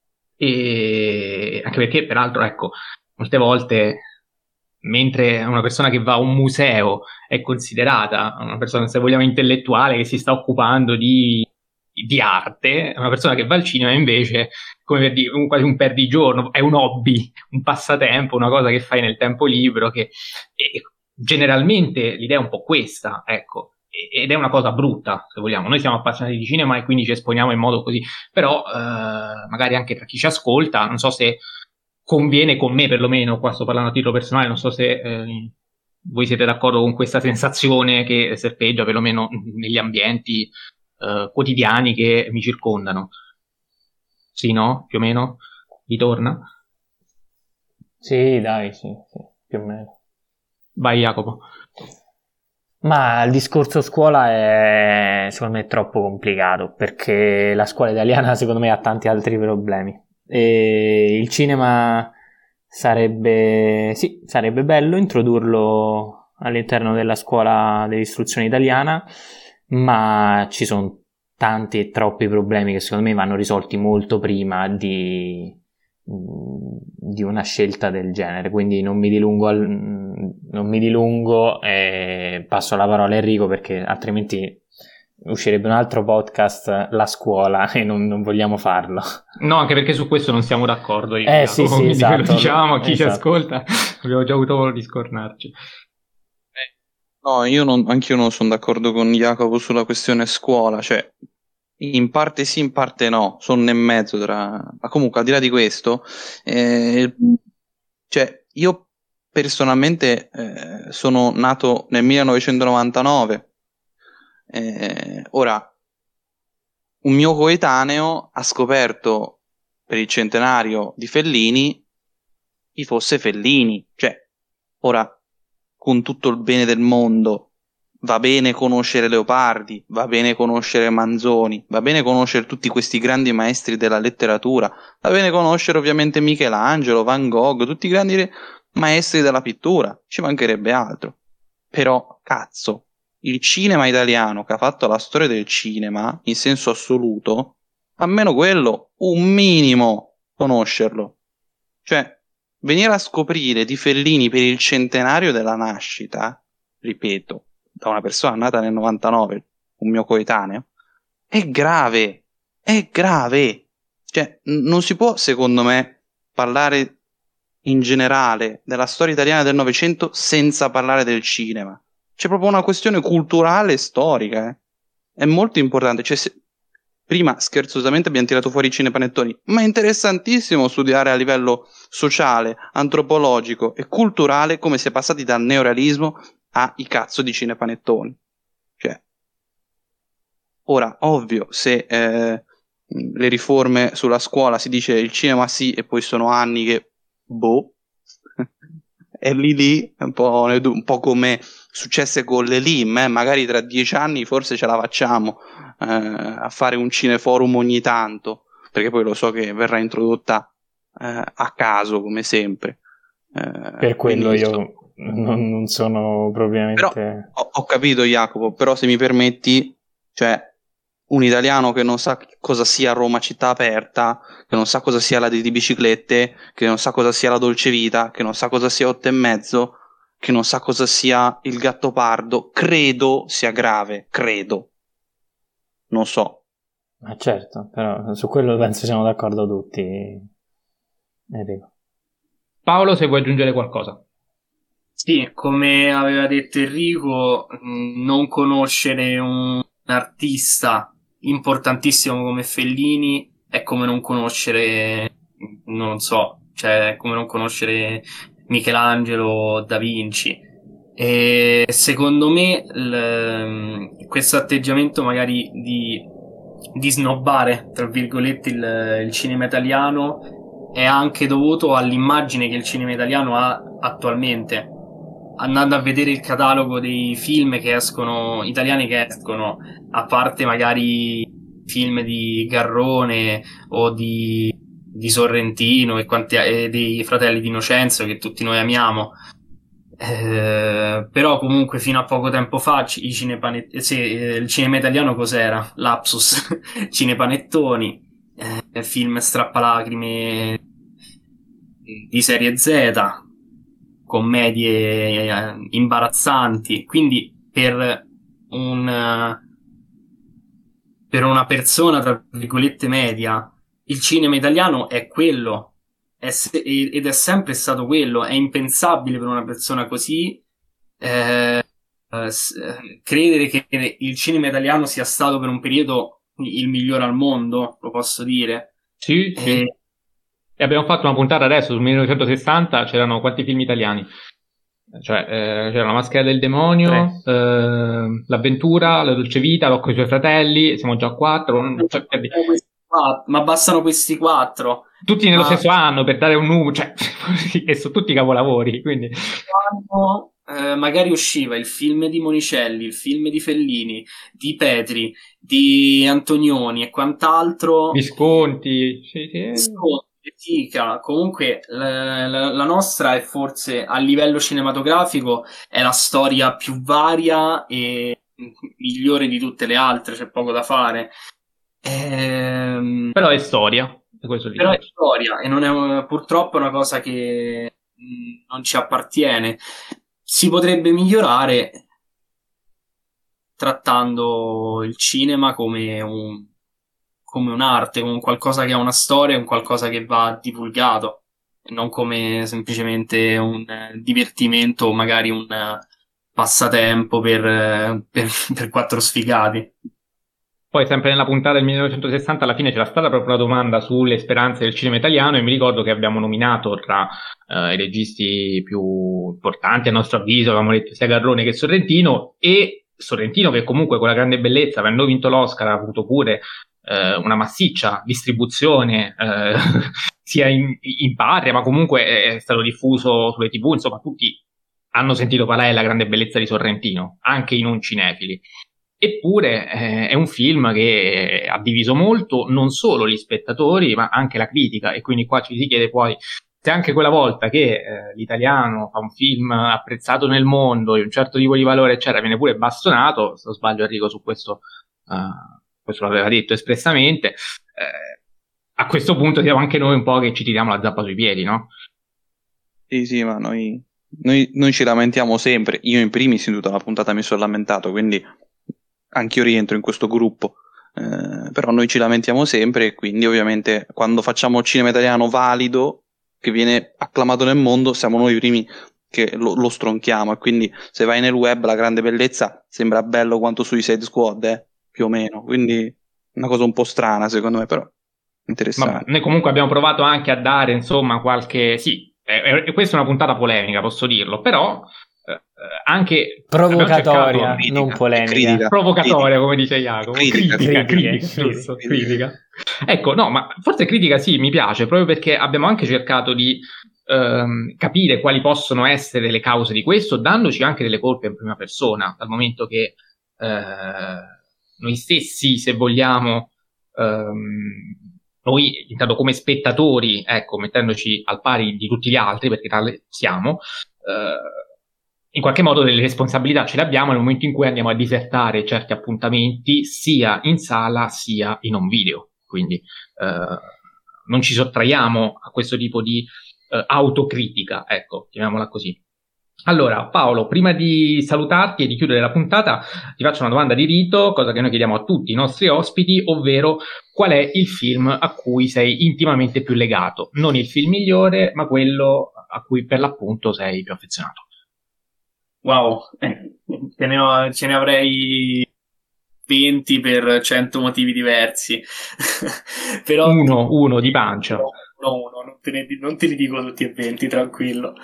e anche perché peraltro ecco, molte volte mentre una persona che va a un museo è considerata una persona, se vogliamo, intellettuale, che si sta occupando di di arte, una persona che va al cinema invece, come per dire, un, quasi un perdigiorno, è un hobby, un passatempo, una cosa che fai nel tempo libero, che e, generalmente l'idea è un po' questa, ecco, ed è una cosa brutta, se vogliamo. Noi siamo appassionati di cinema e quindi ci esponiamo in modo così, però eh, magari anche tra chi ci ascolta, non so se conviene con me perlomeno, qua sto parlando a titolo personale, non so se eh, voi siete d'accordo con questa sensazione che serpeggia perlomeno negli ambienti eh, quotidiani che mi circondano. Sì, no? Più o meno? Vi torna? Sì, dai, sì, sì, più o meno. Vai Jacopo. Ma il discorso scuola è secondo me troppo complicato, perché la scuola italiana secondo me ha tanti altri problemi e il cinema sarebbe sì, sarebbe bello introdurlo all'interno della scuola dell'istruzione italiana, ma ci sono tanti e troppi problemi che secondo me vanno risolti molto prima di di una scelta del genere, quindi non mi dilungo al, non mi dilungo e passo la parola a Enrico, perché altrimenti uscirebbe un altro podcast, la scuola, e non, non vogliamo farlo. No, anche perché su questo non siamo d'accordo io, eh sì, sì, esatto, lo diciamo a chi esatto. ci ascolta, abbiamo già avuto modo di scornarci. No, io non, anch'io non sono d'accordo con Jacopo sulla questione scuola, cioè in parte sì, in parte no, sono nel mezzo tra... Ma comunque, al di là di questo, eh, cioè, io personalmente eh, sono nato nel millenovecentonovantanove. Eh, ora, un mio coetaneo ha scoperto per il centenario di Fellini chi fosse Fellini. Cioè, ora, con tutto il bene del mondo, va bene conoscere Leopardi, va bene conoscere Manzoni, va bene conoscere tutti questi grandi maestri della letteratura, va bene conoscere ovviamente Michelangelo, Van Gogh, tutti i grandi maestri della pittura, ci mancherebbe altro. Però, cazzo, il cinema italiano che ha fatto la storia del cinema, in senso assoluto, almeno quello, un minimo, conoscerlo. Cioè, venire a scoprire di Fellini per il centenario della nascita, ripeto, da una persona nata nel novantanove, un mio coetaneo, è grave, è grave. Cioè, n- non si può, secondo me, parlare in generale della storia italiana del Novecento senza parlare del cinema. C'è proprio una questione culturale e storica, eh. È molto importante. Cioè, se... Prima, scherzosamente, abbiamo tirato fuori i cinepanettoni, ma è interessantissimo studiare a livello sociale, antropologico e culturale come si è passati dal neorealismo ai cazzo di cinepanettoni. Cioè, ora, ovvio, se eh, le riforme sulla scuola si dice il cinema sì e poi sono anni che, boh, è lì lì, un po', un po' come successe con le L I M, eh? Magari tra dieci anni forse ce la facciamo eh, a fare un cineforum ogni tanto, perché poi lo so che verrà introdotta eh, a caso, come sempre. Eh, per quello io so... non, non sono propriamente... Però, ho, ho capito Jacopo, però se mi permetti, cioè un italiano che non sa cosa sia Roma città aperta, che non sa cosa sia la di biciclette, che non sa cosa sia la dolce vita, che non sa cosa sia otto e mezzo, che non sa cosa sia il Gattopardo, credo sia grave, credo. Non so. Ma certo, però su quello penso siamo d'accordo tutti. Enrico. Paolo, se vuoi aggiungere qualcosa. Sì, come aveva detto Enrico, non conoscere un artista importantissimo come Fellini è come non conoscere, non so, cioè è come non conoscere Michelangelo o Da Vinci. E secondo me l, questo atteggiamento magari di, di snobbare, tra virgolette, il, il cinema italiano è anche dovuto all'immagine che il cinema italiano ha attualmente. Andando a vedere il catalogo dei film che escono, italiani che escono, a parte magari film di Garrone o di, di Sorrentino e, quanti, e dei Fratelli d'Innocenzo che tutti noi amiamo, eh, però comunque fino a poco tempo fa i cinepanet- sì, il cinema italiano cos'era? Lapsus, cinepanettoni, eh, film strappalacrime di serie Z, commedie imbarazzanti, quindi per un per una persona, tra virgolette, media, il cinema italiano è quello, è se- ed è sempre stato quello. È impensabile per una persona così eh, eh, s- eh, credere che il cinema italiano sia stato per un periodo il migliore al mondo, lo posso dire. Sì, sì. E E abbiamo fatto una puntata adesso sul millenovecentosessanta, c'erano quanti film italiani? Cioè, eh, c'era La maschera del demonio, eh, L'avventura, La dolce vita, Rocco e i suoi fratelli, siamo già a quattro. non- cioè, per dire- questi quattro, ma bastano questi quattro. tutti nello Ma- stesso anno per dare un numero, cioè, e sono tutti capolavori, quindi... Quando eh, magari usciva il film di Monicelli, il film di Fellini, di Petri, di Antonioni e quant'altro, Visconti, sì, sì. Sconti, Tica. Comunque la, la- la nostra è forse a livello cinematografico è la storia più varia e migliore di tutte le altre, c'è poco da fare. Ehm, Però è storia, e questo è il però è discorso. storia e non è purtroppo una cosa che mh, non ci appartiene. Si potrebbe migliorare trattando il cinema come un, come un'arte, come un qualcosa che ha una storia, un qualcosa che va divulgato, e non come semplicemente un eh, divertimento o magari un eh, passatempo per, eh, per, per quattro sfigati. Poi sempre nella puntata del millenovecentosessanta alla fine c'era stata proprio una domanda sulle speranze del cinema italiano e mi ricordo che abbiamo nominato tra eh, i registi più importanti a nostro avviso, avevamo detto sia Garrone che Sorrentino, e Sorrentino che comunque con La grande bellezza, avendo vinto l'Oscar, ha avuto pure eh, una massiccia distribuzione eh, sia in, in patria ma comunque è stato diffuso sulle tivù, insomma tutti hanno sentito parlare della grande bellezza di Sorrentino, anche i non cinefili. Eppure eh, è un film che ha diviso molto non solo gli spettatori ma anche la critica, e quindi qua ci si chiede poi se anche quella volta che eh, l'italiano fa un film apprezzato nel mondo di un certo tipo di valore eccetera viene pure bastonato, se non sbaglio Enrico su questo uh, questo l'aveva detto espressamente, eh, a questo punto siamo anche noi un po' che ci tiriamo la zappa sui piedi, no? Sì, sì, ma noi, noi, noi ci lamentiamo sempre. Io in primis in tutta la puntata mi sono lamentato, quindi anch'io rientro in questo gruppo. Eh, però noi ci lamentiamo sempre e quindi ovviamente quando facciamo cinema italiano valido, che viene acclamato nel mondo, siamo noi i primi che lo, lo stronchiamo. E quindi se vai nel web La grande bellezza sembra bello quanto Suicide Squad, eh, più o meno. Quindi una cosa un po' strana secondo me, però interessante. Ma noi comunque abbiamo provato anche a dare insomma qualche... sì, e questa è una puntata polemica, posso dirlo, però eh, anche provocatoria, critica, non polemica, critica, provocatoria, critica, come dice Jacopo, critica, critica, critica, critica, critica, giusto, critica. critica. Ecco, no, ma forse critica sì, mi piace, proprio perché abbiamo anche cercato di ehm, capire quali possono essere le cause di questo, dandoci anche delle colpe in prima persona, dal momento che eh, noi stessi, se vogliamo, ehm, noi intanto come spettatori, ecco, mettendoci al pari di tutti gli altri, perché tale siamo, eh, in qualche modo delle responsabilità ce le abbiamo nel momento in cui andiamo a disertare certi appuntamenti sia in sala sia in home video. Quindi eh, non ci sottraiamo a questo tipo di eh, autocritica, ecco, chiamiamola così. Allora, Paolo, prima di salutarti e di chiudere la puntata, ti faccio una domanda di rito, cosa che noi chiediamo a tutti i nostri ospiti, ovvero qual è il film a cui sei intimamente più legato? Non il film migliore, ma quello a cui per l'appunto sei più affezionato. Wow, eh, ce ne, ho- ce ne avrei venti per cento motivi diversi. Però Uno, uno di pancia. No, uno, non te, ne, non te li dico tutti e venti, tranquillo.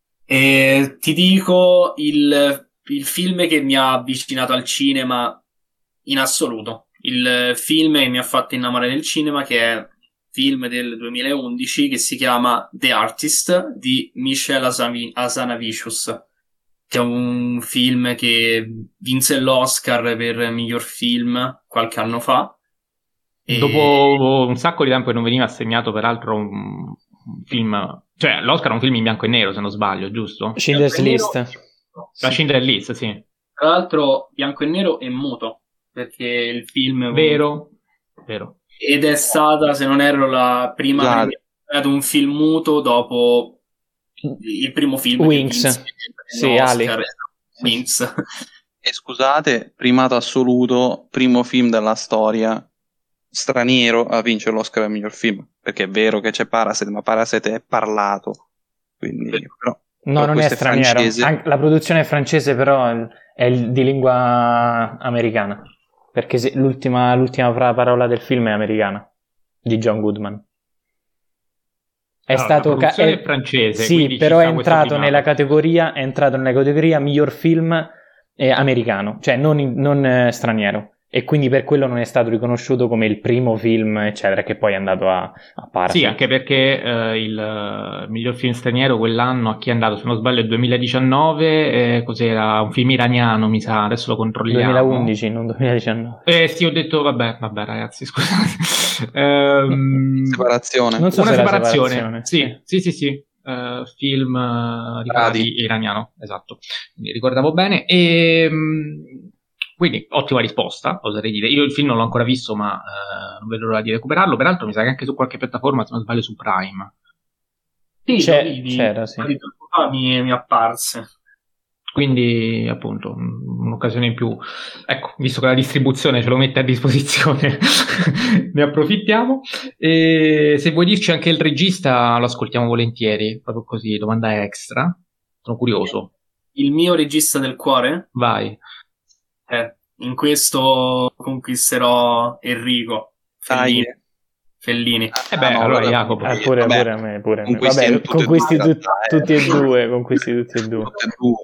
E ti dico il, il film che mi ha avvicinato al cinema in assoluto. Il film che mi ha fatto innamorare del cinema, che è un film del duemilaundici che si chiama The Artist di Michel Hazanavi- Hazanavicius, che è un film che vinse l'Oscar per miglior film qualche anno fa. E- Dopo un sacco di tempo che non veniva assegnato peraltro un, un film, cioè l'Oscar è un film in bianco e nero se non sbaglio, giusto? Schindler's List. La Schindler's List, sì. Tra l'altro bianco e nero e muto, perché il film... Vero, vero. Ed è stata, se non erro, la prima Scusate. ad un film muto dopo il primo film Wings. che vinse Sì, l'Oscar, Ali. Wings. E scusate, primato assoluto, primo film della storia straniero a vincere l'Oscar al miglior film, perché è vero che c'è Parasite, ma Parasite è parlato, quindi però, No, però non è questo straniero. francese. Anche la produzione è francese, però è il- di lingua americana. Perché se- l'ultima, l'ultima fra- parola del film è americana, di John Goodman. È Allora, stato la ca- produzione è- è francese, sì, quindi ci però è sta questo entrato primato. nella categoria, è entrato nella categoria miglior film eh, americano, cioè non, in- non eh, straniero. E quindi per quello non è stato riconosciuto come il primo film, eccetera, che poi è andato a, a Parasite. Sì, anche perché eh, il eh, miglior film straniero quell'anno a chi è andato, se non sbaglio, il duemiladiciannove, eh, cos'era? Un film iraniano, mi sa, adesso lo controlliamo. duemilaundici, non duemiladiciannove. Eh sì, ho detto, vabbè, vabbè ragazzi, scusate. Ehm, Separazione. Non so una se è la separazione, separazione, sì, sì, sì, sì. Eh, film eh, di Bradi. Bradi iraniano, esatto, mi ricordavo bene. E, mh, quindi ottima risposta, oserei dire. Io il film non l'ho ancora visto, ma eh, non vedo l'ora di recuperarlo. Peraltro mi sa che anche su qualche piattaforma, se non sbaglio, su Prime. Sì, C'è- lo vidi, c'era, sì. ah, mi, mi apparse. Quindi, appunto, un- un'occasione in più. Ecco, visto che la distribuzione ce lo mette a disposizione, ne approfittiamo. E se vuoi dirci anche il regista, lo ascoltiamo volentieri. Proprio così, domanda extra. Sono curioso. Il mio regista del cuore? Vai. Eh, in questo conquisterò Enrico Fellini. Dai. Fellini. Eh beh, Ah, no, allora allora- Jacopo. Eh, pure, Vabbè, pure a me, pure a me. conquisti Vabbè, in tutte e conquisti due, tut- eh. tutti e due, conquisti tutti e due. Tutte e due.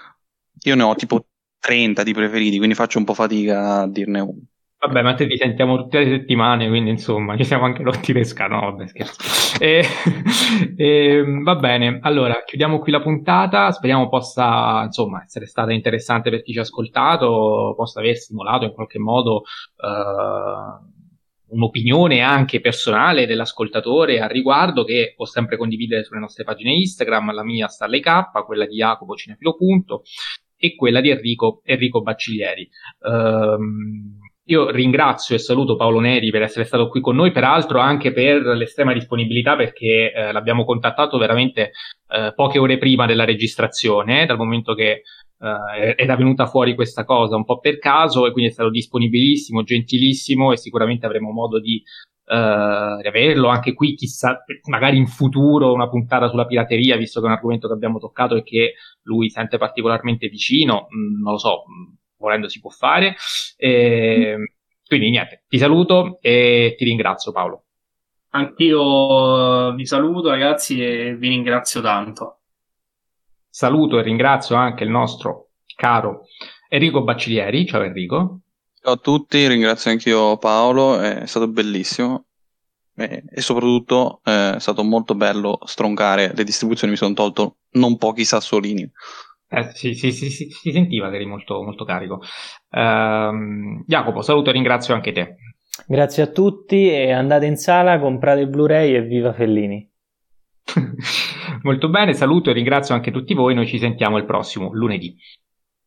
Io ne ho tipo trenta di preferiti, quindi faccio un po' fatica a dirne uno. Vabbè, ma te ti sentiamo tutte le settimane, quindi insomma, ci siamo anche rotti le scale. No, vabbè, scherzo. E, e, va bene, allora, chiudiamo qui la puntata. Speriamo possa, insomma, essere stata interessante per chi ci ha ascoltato, possa aver stimolato in qualche modo eh, un'opinione anche personale dell'ascoltatore al riguardo, che può sempre condividere sulle nostre pagine Instagram. La mia sta alle K, quella di Jacopo Cinefilo Punto e quella di Enrico, Enrico Bacciglieri. Um, io ringrazio e saluto Paolo Neri per essere stato qui con noi, peraltro anche per l'estrema disponibilità, perché eh, l'abbiamo contattato veramente eh, poche ore prima della registrazione, dal momento che eh, era venuta fuori questa cosa un po' per caso, e quindi è stato disponibilissimo, gentilissimo, e sicuramente avremo modo di Uh, riaverlo anche qui, chissà, magari in futuro una puntata sulla pirateria, visto che è un argomento che abbiamo toccato e che lui sente particolarmente vicino. mh, non lo so, mh, volendo si può fare. E, quindi niente, ti saluto e ti ringrazio, Paolo. Anch'io vi saluto, ragazzi, e vi ringrazio tanto. Saluto e ringrazio anche il nostro caro Enrico Bacciglieri. Ciao Enrico. Ciao a tutti, ringrazio anch'io Paolo, è stato bellissimo e, e soprattutto eh, è stato molto bello stroncare le distribuzioni, mi sono tolto non pochi sassolini. Eh, sì, sì, sì, sì, si sentiva che eri molto, molto carico. Ehm, Jacopo, saluto e ringrazio anche te. Grazie a tutti e andate in sala, comprate il Blu-ray e viva Fellini. Molto bene, saluto e ringrazio anche tutti voi, noi ci sentiamo il prossimo lunedì.